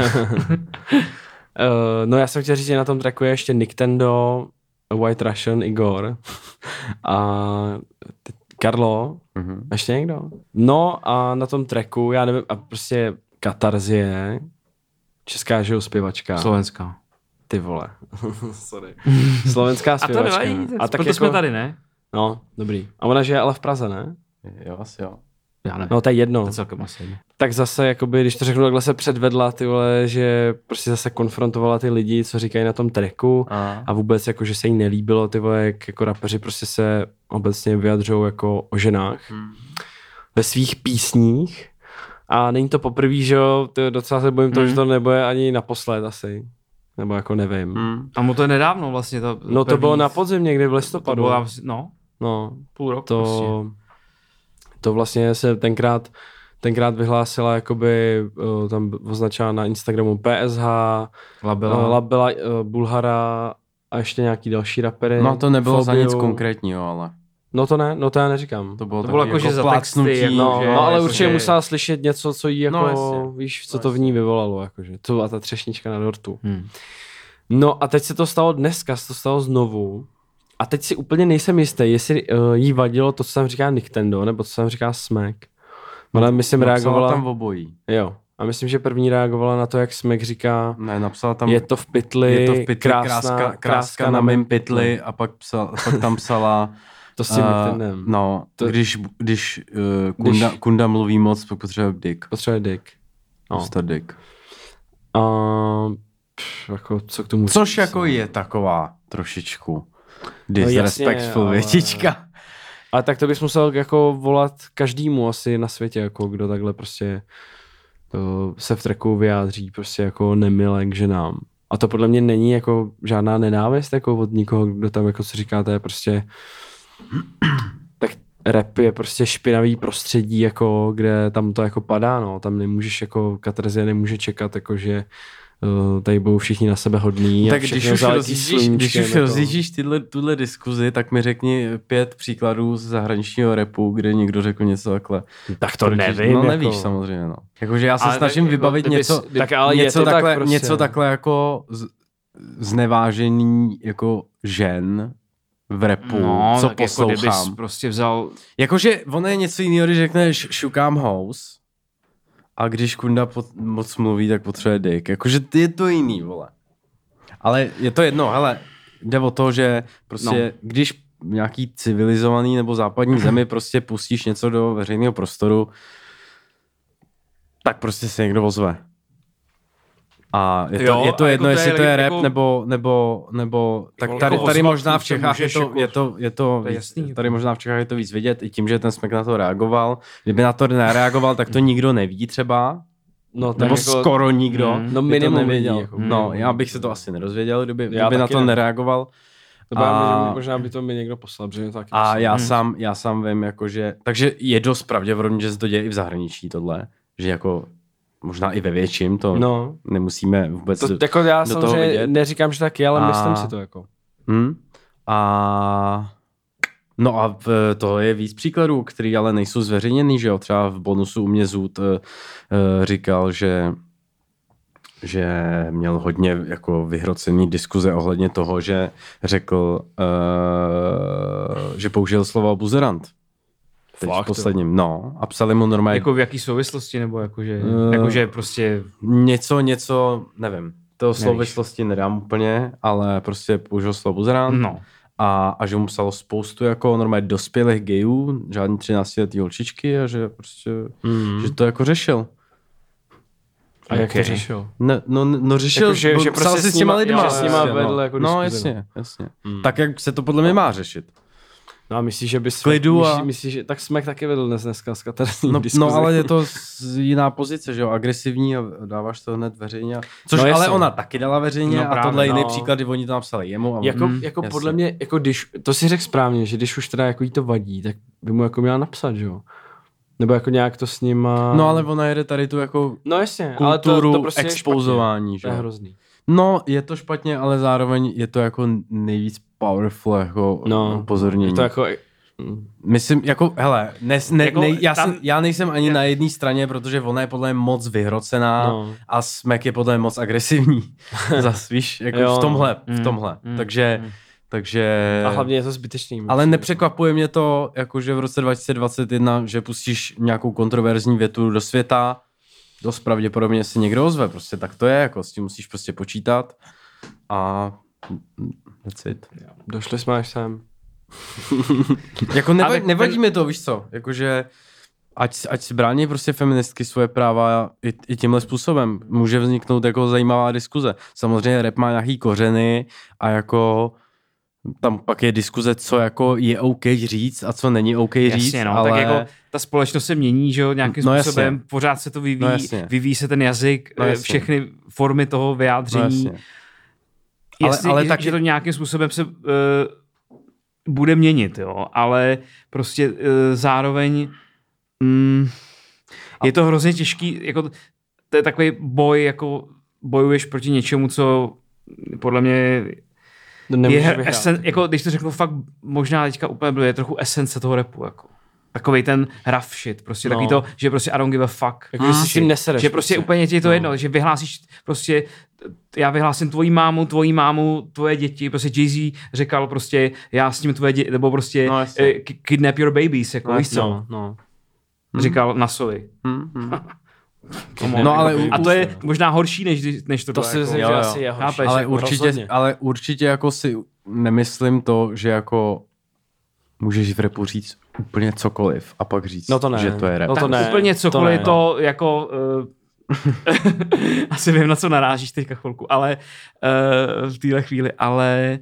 No já jsem chtěl říct, že na tom tracku je ještě Nintendo, White Russian, Igor a Karlo, ještě někdo? No a na tom tracku, já nevím, a prostě Katarzie, česká žijou zpěvačka. Slovenská. Ty vole. Sorry. Slovenská zpěvačka. A to nevadí, proto jako... jsme tady, ne? No, dobrý. A ona žije ale v Praze, ne? Jo, asi jo. Já nevím. No, to je jedno. To je celkem asi jedno. Tak zase, jakoby, když to řeknu, takhle se předvedla, ty vole, že prostě zase konfrontovala ty lidi, co říkají na tom tracku a vůbec jako, že se jí nelíbilo, ty vole, jak jako rapeři prostě se obecně vyjadřují jako o ženách ve svých písních. A není to poprvé, že jo, docela se bojím toho, že to nebude ani naposled asi. Nebo jako nevím. A mu to je nedávno vlastně. To bylo na podzim někdy v listopadu. To bylo, půl roku prostě. To vlastně se tenkrát vyhlásila, jakoby tam označila na Instagramu PSH, Labela, Bulhara a ještě nějaký další rapery. No to nebylo za nic konkrétního, ale... No to já neříkám. To bylo jako že za texty. No ale určitě musela slyšet něco, co jí jako, víš, co to v ní vyvolalo, jakože. To byla ta třešnička na dortu. No a teď se to stalo dneska, se to stalo znovu. A teď si úplně nejsem jistý, jestli jí vadilo to, co tam říká Nintendo, nebo co tam říká Smack. Ona myslím reagovala... tam v obojí. Jo. A myslím, že první reagovala na to, jak Smack říká, napsala tam, je to v pytli, kráska na mém pytli a pak tam psala... To s tím Nintendem. No, když Kunda mluví moc, pak potřebuje dick. Prostě dick. Jako, co k tomu... Což jako je taková trošičku disrespectful větička. A tak to bys musel jako volat každému asi na světě, jako kdo takhle prostě se v tracku vyjádří prostě jako nemile k ženám. A to podle mě není jako žádná nenávist jako od nikoho, kdo tam jako co říká, to je prostě tak rap je prostě špinavý prostředí, jako kde tam to jako padá, no. Tam nemůžeš jako Katarzie nemůže čekat, jako že tady budou všichni na sebe hodní. Tak když už rozjíždíš tuhle diskuzi, tak mi řekni 5 příkladů z zahraničního rapu, kde někdo řekl něco takhle. Tak to nevím. No nevíš samozřejmě, no. Jakože já se snažím vybavit něco takhle jako znevážení jako žen v rapu, co poslouchám. Jako kdybys prostě vzal... Jakože ono je něco jiného, když řekneš šukám house, a když Kunda moc mluví, tak potřebuje dick. Jakože je to jiný, vole. Ale je to jedno, hele, jde o to, že prostě, když v nějaký civilizovaný nebo západní zemi prostě pustíš něco do veřejného prostoru, tak prostě se někdo ozve. A je to jedno, jestli to je rap, nebo tak tady možná v Čechách tady možná v Čechách je to víc vidět, i tím, že ten Smack na to reagoval. Kdyby na to nereagoval, tak to nikdo neví třeba. No, nebo jako, skoro nikdo. No minimum nevěděl. No, já bych se to asi nerozvěděl, kdyby na to nereagoval. Možná by to mi někdo poslal, protože taky. A já sám vím, jakože, takže je dost pravděpodobně, že se to děje i v zahraničí tohle, že jako možná i ve větším, to nemusíme vůbec to, jako já do toho vidět. Neříkám, že tak je, ale myslím si to jako. No a to je víc příkladů, který ale nejsou zveřejněný, že jo, třeba v bonusu u mě Zůd říkal, že měl hodně jako vyhrocený diskuze ohledně toho, že řekl, že použil slovo buzerant. Teď v posledním, no. A psali mu normálně... Jako v jaký souvislosti, nebo jakože prostě... Něco, nevím. to souvislosti nedám úplně, ale prostě použil slovo buzerant. No. A že mu psalo spoustu jako normálně dospělých gayů, žádný 13letý holčičky a že prostě, že to jako řešil. A jak to řešil? No řešil, jako, že psal prostě si s těma lidma. s nima vedl jako no diskuzi. jasně. Tak jak se to podle mě má řešit. No a myslíš, že bys... Myslíš, že tak Smek taky vedl dneska s Katarínou diskuzi. No ale je to jiná pozice, že jo, agresivní a dáváš to hned veřejně. Což no, ale ona taky dala veřejně no, a tohle je jiný příklad, kdy oni to napsali jemu. A jako podle mě, jako když, to si řekl správně, že když už teda jako jí to vadí, tak by mu jako měla napsat, že jo. Nebo jako nějak to s nima... No ale ona jede tady tu jako no jasně, kulturu ale to prostě expouzování, že? To je hrozný. No, je to špatně, ale zároveň je to jako nejvíc powerful jako upozornění. Je to jako... Myslím, jako, hele, já nejsem ani na jedné straně, protože ona je podle mě moc vyhrocená a Smek je podle mě moc agresivní. Zas, víš, jako v tomhle. Takže... A hlavně je to zbytečný. Ale nepřekvapuje mě to, jakože v roce 2021, že pustíš nějakou kontroverzní větu do světa, dost pravděpodobně si někdo ozve, prostě tak to je, jako s tím musíš prostě počítat a that's it. Došli jsme až sem. Jako nevadí mi to, víš co, jakože ať si brání prostě feministky svoje práva i tímhle způsobem. Může vzniknout jako zajímavá diskuze. Samozřejmě rap má nějaký kořeny a jako tam pak je diskuze, co jako je OK říct a co není OK říct. Jasně, no, ale... tak jako ta společnost se mění, že jo, nějakým způsobem, jasně. Pořád se to vyvíjí, vyvíjí se ten jazyk, všechny formy toho vyjádření. Jasně, ale tak, že to nějakým způsobem se bude měnit, jo, ale prostě zároveň je to hrozně těžký, jako to je takový boj, jako bojuješ proti něčemu, co podle mě je jako, když to řeknu fakt možná teďka úplně bylo, je trochu esence toho rapu, jako. Takovej ten rough shit, prostě takový to, že prostě I don't give a fuck. Jako, že si s tím nesereš. Že prostě úplně ti je to jedno, že vyhlásíš prostě, já vyhlásím tvoji mámu, tvoje děti, prostě Jay-Z řekal prostě, já s tím tvoje děti, nebo prostě kidnap your babies, jako víš co? Říkal Nasovi. No, ale a to je možná horší, než to si myslím, že asi je horší. Ale určitě jako si nemyslím to, že jako můžeš v rapu říct úplně cokoliv a pak říct, že to je rap. No to ne. Úplně cokoliv to jako... asi vím, na co narážíš teďka chvilku, ale v téhle chvíli, ale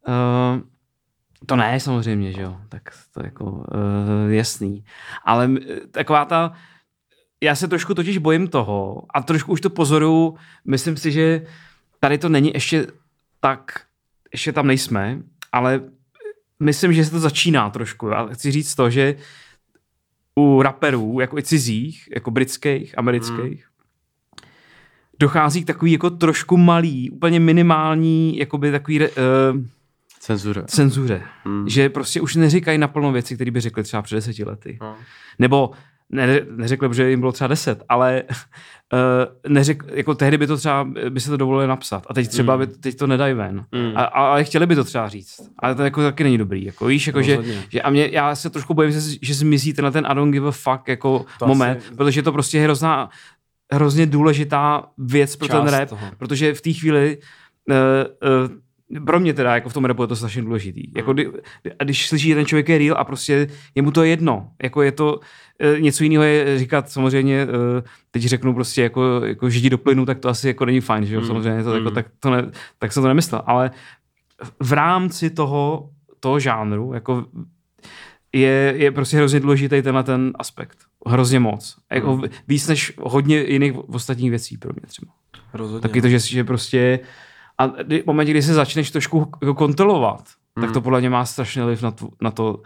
to ne samozřejmě, že jo, tak to jako jasný. Ale taková ta... Já se trošku totiž bojím toho a trošku už to pozoruju, myslím si, že tady to není ještě tak, ještě tam nejsme, ale myslím, že se to začíná trošku. Já chci říct to, že u raperů, jako i cizích, jako britských, amerických, dochází k takový jako trošku malý, úplně minimální, jakoby takový cenzuře. Že prostě už neříkají naplno věci, které by řekli třeba před 10 lety. Nebo neřekl, že jim bylo třeba 10, ale jako tehdy by to třeba, by se to dovolili napsat. A teď třeba teď to nedají ven. Ale chtěli by to třeba říct. Ale to jako taky není dobrý. Jako, víš, jako, že já se trošku bojím, že zmizí tenhle ten I don't give a fuck jako to moment, protože to prostě je hrozně důležitá věc pro ten rap, protože v té chvíli pro mě teda, jako v tom rapu je to strašně důležitý. Jako když slyší, že ten člověk je real a prostě je mu to jedno. Jako je to něco jiného je říkat samozřejmě, teď řeknu prostě jako židi do plynu, tak to asi jako není fajn, že jo, samozřejmě to, jako, tak jsem to nemyslel, ale v rámci toho žánru jako je prostě hrozně důležitý tenhle ten aspekt. Hrozně moc. Jako víc než hodně jiných ostatních věcí pro mě třeba. Rozhodně. Taky to, že prostě a v momentě, kdy se začneš trošku kontrolovat, tak to podle mě má strašný vliv na to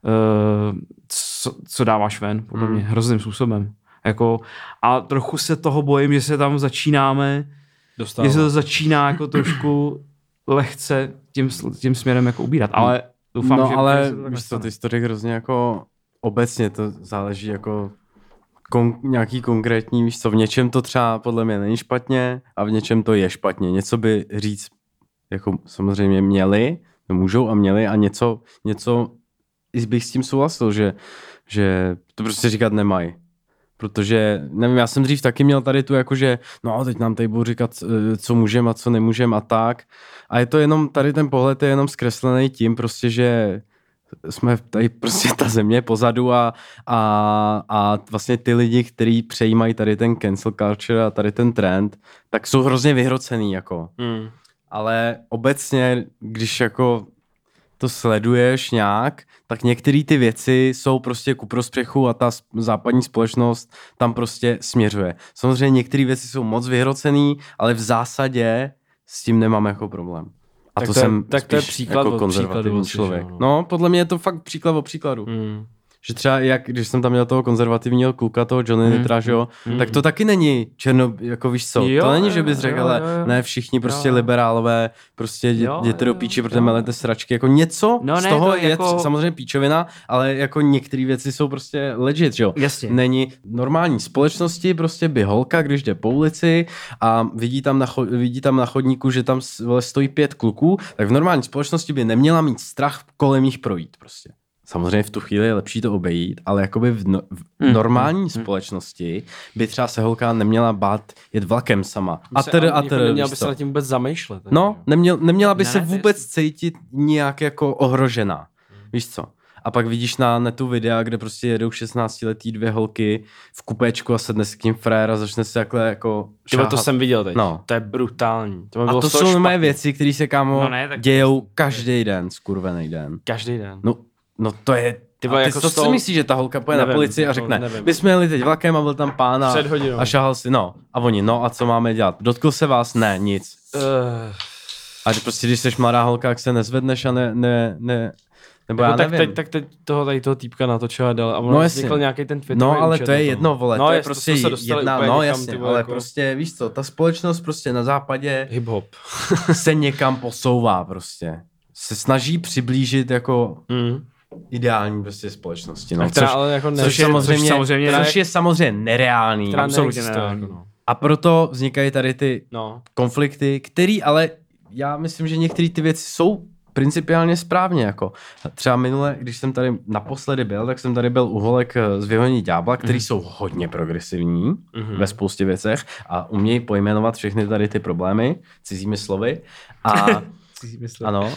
co dáváš ven, podle mě, hrozným způsobem. Jako, a trochu se toho bojím, že se tam začínáme, že se to začíná jako trošku lehce tím směrem jako ubírat, ale doufám, že... ale ty jsi to řekl hrozně jako obecně, to záleží jako nějaký konkrétní, víš co, v něčem to třeba podle mě není špatně a v něčem to je špatně. Něco by říct, jako samozřejmě měli, můžou a měli a něco bych s tím souhlasil, že to prostě říkat nemají. Protože, nevím, já jsem dřív taky měl tady tu jakože, no teď nám tady budou říkat, co můžeme a co nemůžeme a tak. A je to jenom, tady ten pohled je jenom zkreslený tím prostě, že jsme tady prostě ta země pozadu a vlastně ty lidi, kteří přejímají tady ten cancel culture a tady ten trend, tak jsou hrozně vyhrocený jako. Ale obecně, když jako to sleduješ nějak, tak některé ty věci jsou prostě ku prospěchu a ta západní společnost tam prostě směřuje. Samozřejmě některé věci jsou moc vyhrocený, ale v zásadě s tím nemám jako problém. A tak to je příklad jako konzervativní člověk. No, podle mě je to fakt příklad o příkladu. Že třeba když jsem tam měl toho konzervativního kluka, toho Johnny Nitra, že jo, tak to taky není černo, jako víš co, to není, že bys řekl, ale ne všichni prostě liberálové, prostě jděte do píči, protože melete sračky, jako něco z toho je jako samozřejmě píčovina, ale jako některé věci jsou prostě legit, že jo. Jasně. Není normální společnosti, prostě by holka, když jde po ulici a vidí tam na chodníku, že tam stojí 5 kluků, tak v normální společnosti by neměla mít strach kolem jich projít prostě. Samozřejmě v tu chvíli je lepší to obejít, ale jakoby v normální společnosti by třeba se holka neměla bát jet vlakem sama. Neměla by se nad tím vůbec zamýšlet. No, neměla by se vůbec cítit nějak jako ohrožená. Víš co? A pak vidíš na netu videa, kde prostě jedou 16letý 2 holky v kupéčku a sedne si k tím frér a začne se takhle jako šáhat. To jsem viděl teď. No. To je brutální. A to jsou moje věci, které se dějou každý den, skurvený den. Každý den. No to je... Ty jako to si myslíš, že ta holka pojede na policii a řekne, my jsme jeli teď vlakem a byl tam pán a šahal si, a oni, a co máme dělat? Dotkl se vás? Ne, nic. A prostě, když jsi mladá holka, jak se nezvedneš a nebo já nevím. Tak teď toho týpka natočila dal a ono vznikl nějaký ten Twitter. No, ale to je jedno, vole, to je prostě jedna, jasně, ale jako... prostě, víš co, ta společnost prostě na západě hip-hop se někam posouvá prostě. Se snaží přiblížit jako ideální prostě společnosti. No, což je samozřejmě nereálný. Absolutně nereálný. A proto vznikají tady ty konflikty, který ale já myslím, že některé ty věci jsou principiálně správně. Jako. Třeba minule, když jsem tady naposledy byl, tak jsem tady byl u holek z Vyhonení ďábla, který jsou hodně progresivní ve spoustě věcech a umějí pojmenovat všechny tady ty problémy cizími slovy. Ano.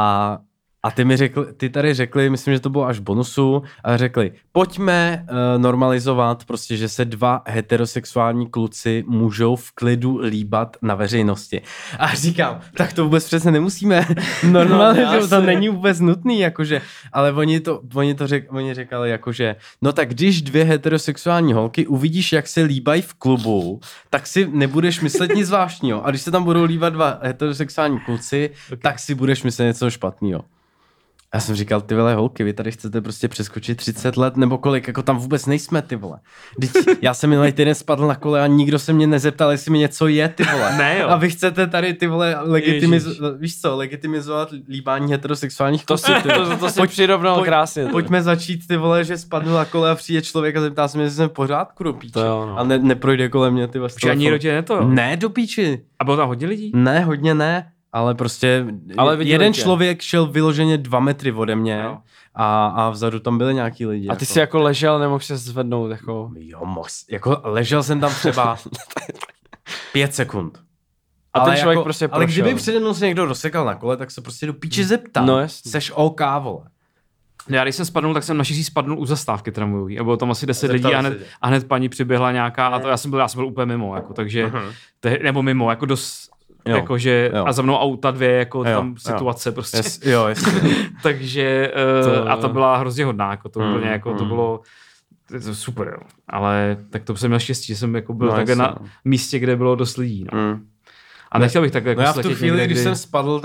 A ty tady řekli, myslím, že to bylo až v bonusu, a řekli, pojďme normalizovat prostě, že se 2 heterosexuální kluci můžou v klidu líbat na veřejnosti. A říkám, tak to vůbec přece nemusíme normalizovat, to není vůbec nutný, jakože, ale oni řekali jakože, no tak když 2 heterosexuální holky uvidíš, jak se líbají v klubu, tak si nebudeš myslet nic zvláštního. A když se tam budou líbat 2 heterosexuální kluci, tak si budeš myslet něco špatného. Já jsem říkal, ty vole holky, vy tady chcete prostě přeskočit 30 let nebo kolik, jako tam vůbec nejsme, ty vole. Já jsem minulý týden spadl na kole a nikdo se mě nezeptal, jestli mi něco je, ty vole. Ne, jo. A vy chcete tady, ty vole, legitimizovat líbání heterosexuálních kluků. To si přirovnal krásně. Pojďme začít, ty vole, že spadnu na kole a přijde člověk a zeptá se mě, jestli jsem v pořádku do píči. A neprojde kolem mě, ty vole. Ani rodě to? Ne, do píči. A bylo tam hodně lidí? Ne, hodně ne. Ale prostě jeden člověk šel vyloženě 2 metry ode mě a vzadu tam byli nějaký lidi. A ty jsi jako ležel, nemohl se zvednout, jako... Jo, jako ležel jsem tam třeba 5 sekund. A ten člověk prostě prošel. Ale kdyby přede mnou se někdo rozsekal na kole, tak se prostě do píči zeptal. No jasně. Seš OK, vole. Já když jsem spadnul, tak jsem naštěstí spadnul u zastávky tramvajový a bylo tam asi 10 lidí a hned paní přiběhla nějaká a to já jsem byl úplně mimo, jako, takže, nebo mimo, jako dost... Jakože, a za mnou auta 2, jako tam situace prostě. Takže, a to byla hrozně hodná, jako to úplně, jako to bylo super, jo. Ale tak to jsem měl štěstí, že jsem jako byl takhle na místě, kde bylo dost lidí, no. A nechtěl bych tak jako já v tu chvíli, když jsem spadl,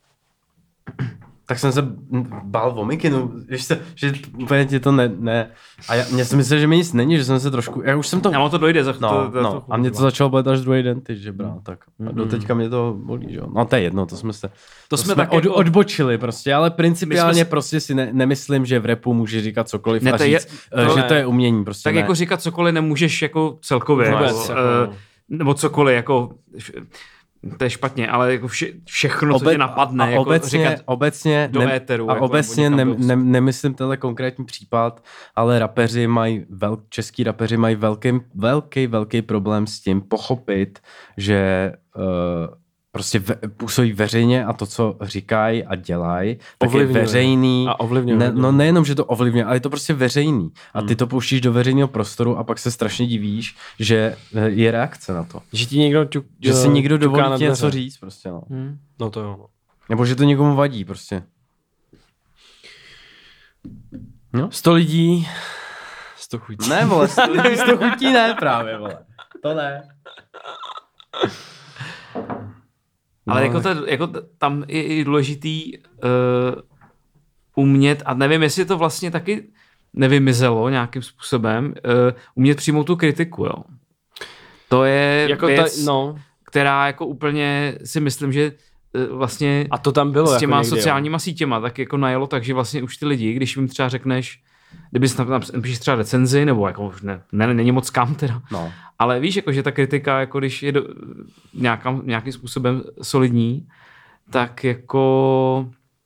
tak jsem se bál o mikinu, že úplně ti to ne. A já jsem myslel, že mi nic není, že jsem se trošku, já už jsem to... Já to dojde za a mě to začalo bolet až druhý den, ty, že brál, tak. A doteďka mě to bolí, že jo. No to je jedno, to jsme odbočili prostě, ale principiálně prostě si nemyslím, že v rapu může říkat cokoliv a říct, že to je umění, prostě tak jako říkat cokoliv nemůžeš jako celkově, nebo cokoliv, jako... To je špatně, ale jako všechno, co tě napadne, jako obecně do éteru. A jako obecně nemyslím tenhle konkrétní případ, ale český rapeři mají velký problém s tím pochopit, že prostě působí veřejně a to, co říkají a dělají, tak je veřejný. A ovlivňuje. No nejenom, že to ovlivňuje, ale je to prostě veřejný. A ty to pouštíš do veřejného prostoru a pak se strašně divíš, že je reakce na to. Že ti někdo že si někdo dovolí ti něco říct prostě, no. No to jo. Nebo že to někomu vadí prostě. No? 100 lidí, 100 chutí. Ne, vole, 100 lidí, 100 chutí ne právě, vole. To ne. Ale jako tam je i důležitý umět, a nevím, jestli to vlastně taky nevymizelo nějakým způsobem, umět přijmout tu kritiku, jo. To je jako věc, která jako úplně si myslím, že vlastně a to tam bylo s těma jako někdy, sociálníma sítěma tak jako najelo, takže vlastně už ty lidi, když jim třeba řekneš, kdyby napíšeš třeba recenzi, nebo jako není moc kam teda, ale víš, jako, že ta kritika, jako když je nějakým způsobem solidní, tak jako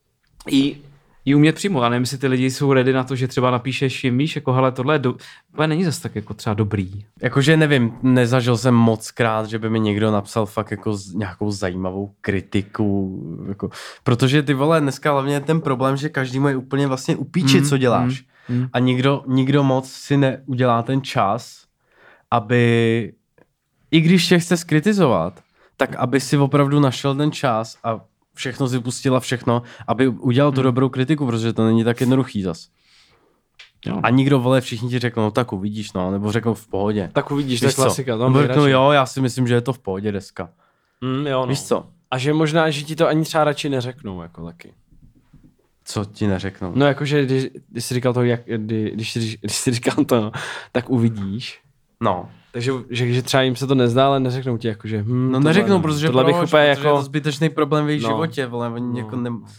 ji umět přijmout. A nevím, jestli ty lidi jsou ready na to, že třeba napíšeš jim, víš, jako hele, tohle není zase tak jako třeba dobrý. Jakože nevím, nezažil jsem moc krát, že by mi někdo napsal fakt jako nějakou zajímavou kritiku, jako, protože ty vole, dneska hlavně ten problém, že každému je úplně vlastně upíči, co děláš. A nikdo moc si neudělá ten čas, aby, i když tě chce skritizovat, tak aby si opravdu našel ten čas a všechno si pustila všechno, aby udělal tu dobrou kritiku, protože to není tak jednoduchý zas. Jo. A nikdo, vole, všichni ti řeknou, no tak uvidíš, no, nebo řeknou v pohodě. Tak uvidíš, to je klasika. Nebo řeknou, jo, já si myslím, že je to v pohodě deska. Jo, no. Víš co? A že možná, že ti to ani třeba radši neřeknou, jako taky. Co ti neřeknou? No jakože, když jsi říkal to, když jsi říkal to, tak uvidíš. No. Takže že třeba jim se to nezdá, ale neřeknou ti jakože no neřeknou, protože protože je to zbytečný problém v jejich životě, vole, oni jako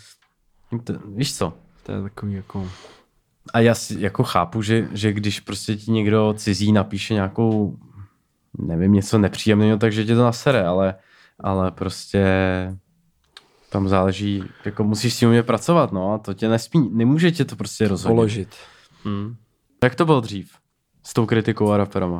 víš co? To je takový jako... A já si jako chápu, že když prostě ti někdo cizí napíše nějakou, nevím, něco nepříjemného, takže tě to nasere, ale prostě tam záleží, jako musíš s tím umět pracovat, no, a to tě nemůže tě to prostě rozhodit. Položit. Jak to bylo dřív? S tou kritikou a raperama?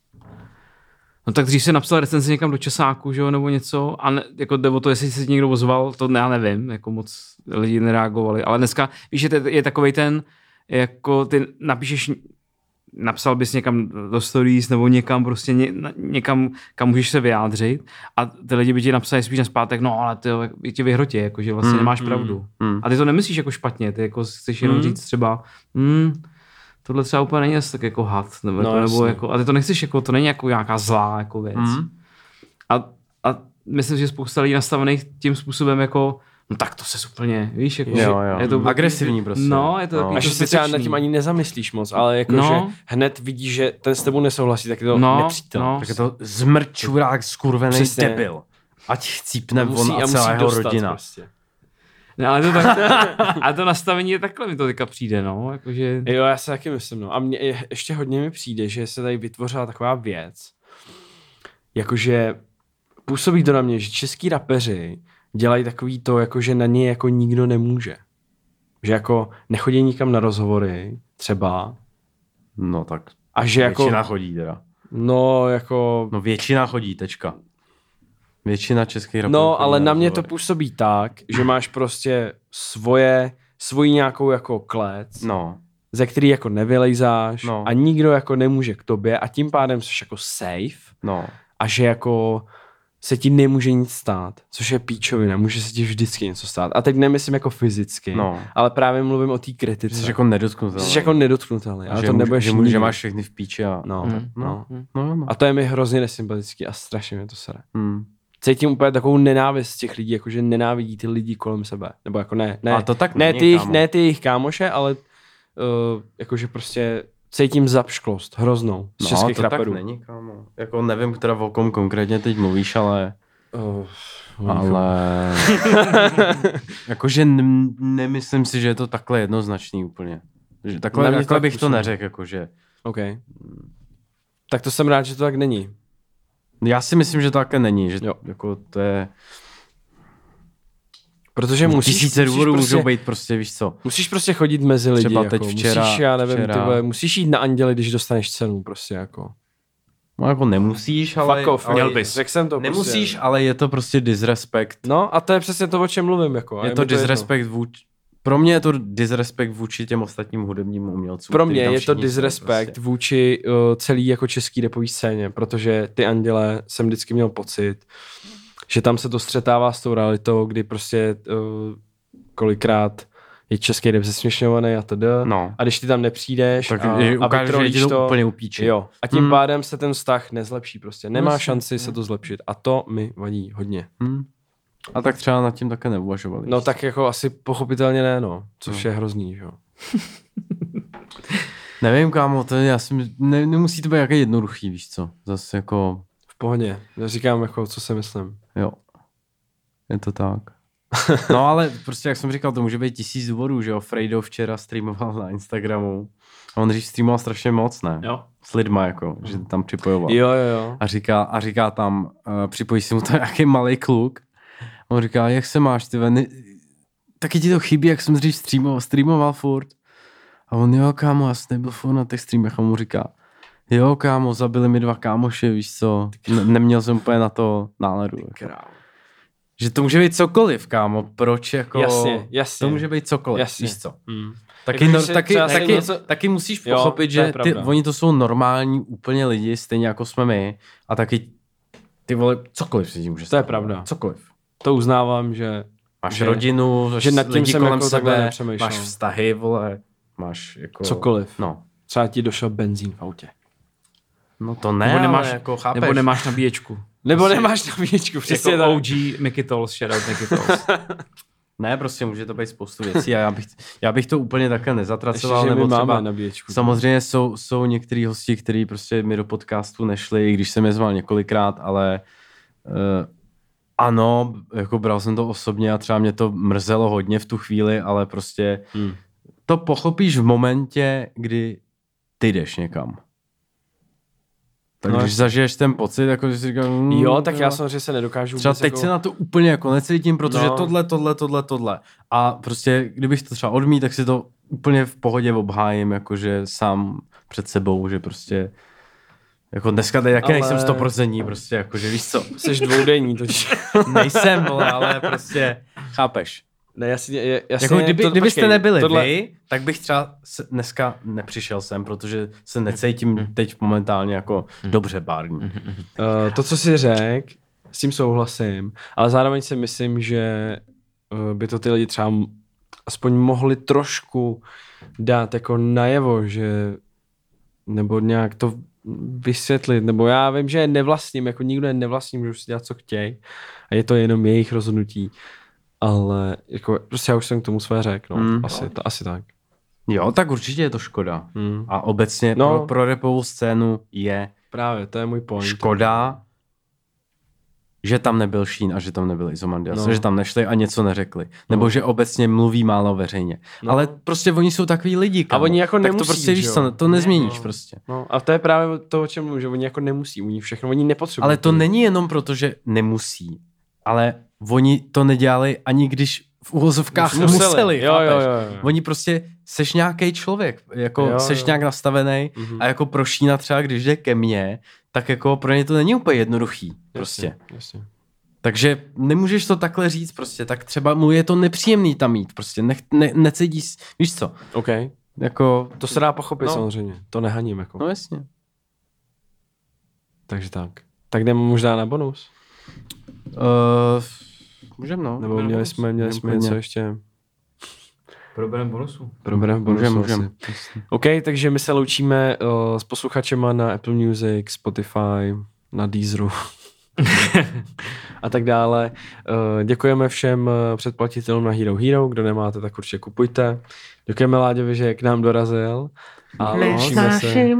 No tak dřív si napsal recenzi někam do časáku, že jo, nebo něco, a jako nebo to, jestli se někdo ozval, to já nevím, jako moc lidi nereagovali, ale dneska, víš, že je takovej ten, jako ty napsal bys někam do stories nebo někam prostě někam, kam můžeš se vyjádřit a ty lidi by ti napsali spíš naspátek, no ale ty tě vyhrotí, jako, že vlastně nemáš pravdu. A ty to nemyslíš jako špatně, ty jako chceš jenom říct třeba, tohle třeba úplně není asi tak jako had, nebo jako, a ty to nechceš, jako, to není jako nějaká zlá jako věc. A myslím, že spousta lidí nastavených tím způsobem jako, no tak to se úplně, víš, jako, jo. Je to agresivní prostě. No, je to takový a že si třeba nad tím ani nezamyslíš moc, ale jako, že hned vidíš, že ten s tebou nesouhlasí, tak je to nepřítel. Tak je to zmrčurák, skurvený debil. Ať chcípne on a celá jeho rodina. Prostě. No, ale to nastavení je takhle, mi to teďka přijde, no, jakože... Jo, já se taky myslím, no. A mně ještě hodně mi přijde, že se tady vytvořila taková věc, jakože působí to na mě, že český rapeři dělají takový to, jakože na ně jako nikdo nemůže. Že jako nechodí nikam na rozhovory, třeba. No tak a že většina jako, chodí teda. No jako... No většina chodí, tečka. Většina českých raperů. No, ale na mě to působí tak, že máš prostě svoji nějakou jako klec, ze který jako nevylejzáš a nikdo jako nemůže k tobě a tím pádem jsi jako safe a že jako se ti nemůže nic stát, což je píčovina, může se ti vždycky něco stát. A teď nemyslím jako fyzicky, ale právě mluvím o té kritice. Jsi jako nedotknutelný. Jsi jako nedotknutelný, ale to nebudeš že máš všechny v píči a... No. A to je mi hrozně nesympatický a strašně mě to sere. Cítím úplně takovou nenávist těch lidí, jakože nenávidí ty lidi kolem sebe. Nebo jako ne to tak ne ty jejich kámoše, ale jakože prostě cítím zapšklost hroznou z českých raperů. Tak není, kámo. Jako nevím, která o kom konkrétně teď mluvíš, ale... jakože nemyslím si, že je to takhle jednoznačný úplně. Že takhle bych to neřekl, jakože... OK. Tak to jsem rád, že to tak není. Já si myslím, že to také není, že jako to je... Protože tisíce důvodů můžou být prostě, víš co. Musíš prostě chodit mezi lidi. Třeba jako, teď včera. Musíš, já nevím, musíš jít na anděli, když dostaneš cenu, prostě jako. No jako nemusíš, ale... Fuck off, měl bys. Řekl jsem to nemusíš, prostě. ale je to prostě disrespekt. No a to je přesně to, o čem mluvím, jako. Je to disrespekt vůči... Pro mě je to disrespekt vůči těm ostatním hudebním umělcům. Pro mě je to disrespekt prostě vůči celý jako český rapový scéně, protože ty anděle jsem vždycky měl pocit, že tam se to střetává s tou realitou, kdy prostě kolikrát je český rap zesměšňovaný a td. No. A když ty tam nepřijdeš tak a ukážeš, že to úplně upíči. Jo. A tím pádem se ten vztah nezlepší prostě. Nemá šanci se to zlepšit. A to mi vadí hodně. A tak třeba nad tím také neuvažovali. No tak jako asi pochopitelně ne, no. Což je hrozný, jo. Nevím, kámo, to já si nemusí to být jaké jednoduchý, víš co. Zase jako... V pohodě. Já říkám jako, co si myslím. Jo. Je to tak. No ale prostě, jak jsem říkal, to může být 1000 důvodů, že jo. Frejdo včera streamoval na Instagramu. A on dřív streamoval strašně moc, ne? Jo. S lidma, jako, že tam připojoval. Jo. A říká tam, připojí si mu to nějaký malý kluk. On říká, jak se máš, ty taky ti to chybí, jak jsem dřív streamoval furt. A on, jo, kámo, já jsem nebyl furt na těch streamech. A mu říká, jo, kámo, zabili mi 2 kámoše, víš co. Neměl jsem úplně na to náladu. Že to může být cokoliv, kámo, proč jako... Jasně. To může být cokoliv, jasně. víš co. Jako, taky musíš pochopit, že oni to jsou normální úplně lidi, stejně jako jsme my. A taky ty vole, cokoliv si tím může stát. To je pravda. Cokoliv. To uznávám, že... Máš rodinu, že nad tím lidi jsem kolem jako sebe, máš vztahy, vole, máš jako... Cokoliv. No. Třeba ti došel benzín v autě. No to ne, nebo nemáš, ale jako chápeš. Nebo nemáš nabíječku. Nebo nemáš nabíječku, přesně jako tak. OG Mickey Tols, shoutout Mickey Tols. Ne, prostě může to být spoustu věcí a já bych to úplně takhle nezatracoval. Ještě, nebo třeba nabíječku. Samozřejmě jsou některý hosti, kteří prostě mi do podcastu nešli, i když jsem je zval několikrát, ale ano, jako bral jsem to osobně a třeba mě to mrzelo hodně v tu chvíli, ale prostě to pochopíš v momentě, kdy ty jdeš někam. Tak když zažiješ ten pocit, jako že si říkám... Jo, tak já samozřejmě se nedokážu... Třeba teď se na to úplně jako necítím, protože tohle. A prostě, kdybych to třeba odmít, tak si to úplně v pohodě obhájím, jakože sám před sebou, že prostě... Jako dneska tady taky nejsem 100%, prostě jakože víš co. Jseš dvoudenní totiž. Nejsem, vole, ale prostě chápeš. Ne, jasně, jako kdybyste nebyli vy, tak bych třeba dneska nepřišel sem, protože se necítím teď momentálně jako dobře bární. To, co jsi řekl, s tím souhlasím, ale zároveň si myslím, že by to ty lidi třeba aspoň mohli trošku dát jako najevo, že nebo nějak to vysvětlit, nebo já vím, že je nevlastním, jako nikdo je nevlastním, můžou si dělat, co chtějí a je to jenom jejich rozhodnutí. Ale jako, prostě já už jsem k tomu své řekl, no. Asi tak. Jo, tak určitě je to škoda. A obecně pro rapovou scénu je právě, to je můj point. Škoda, že tam nebyl Sheen a že tam nebyl Izomandias, že tam nešli a něco neřekli. Nebo že obecně mluví málo veřejně. Ale prostě oni jsou takový lidi, a oni jako nemusí, tak to prostě víš co, to nezměníš prostě. No, a to je právě to, o čem mluvím, že oni jako nemusí, oni všechno, oni nepotřebují. Ale to není jenom proto, že nemusí, ale oni to nedělali ani když v uvozovkách museli. Jo. Oni prostě seš nějaký člověk, jako seš nějak nastavený a jako pro Sheena třeba, když jde ke mně, tak jako pro ně to není úplně jednoduchý. Prostě. Jasně. Takže nemůžeš to takhle říct prostě, tak třeba mu je to nepříjemný tam mít, prostě necítíš, víš co? OK. Jako, to se dá pochopit samozřejmě, to nehaním jako. No jasně. Takže tak. Tak jdeme možná na bonus. Můžeme, no. Nebo měli jsme něco ještě. Proberem bonusu. Můžeme. OK, takže my se loučíme s posluchačema na Apple Music, Spotify, na Deezeru a tak dále. Děkujeme všem předplatitelům na Hero Hero, kdo nemáte, tak určitě kupujte. Děkujeme Láďovi, že k nám dorazil. A loučíme se.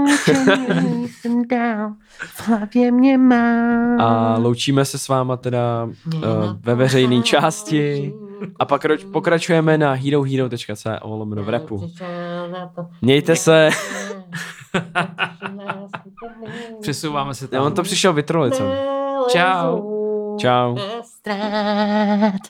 A loučíme se s váma teda ve veřejné části a pak pokračujeme na herohero.co/v rapu. Mějte se. Přesouváme se tam. On to přišel vytrolit sem. Čau. Čau. Strát.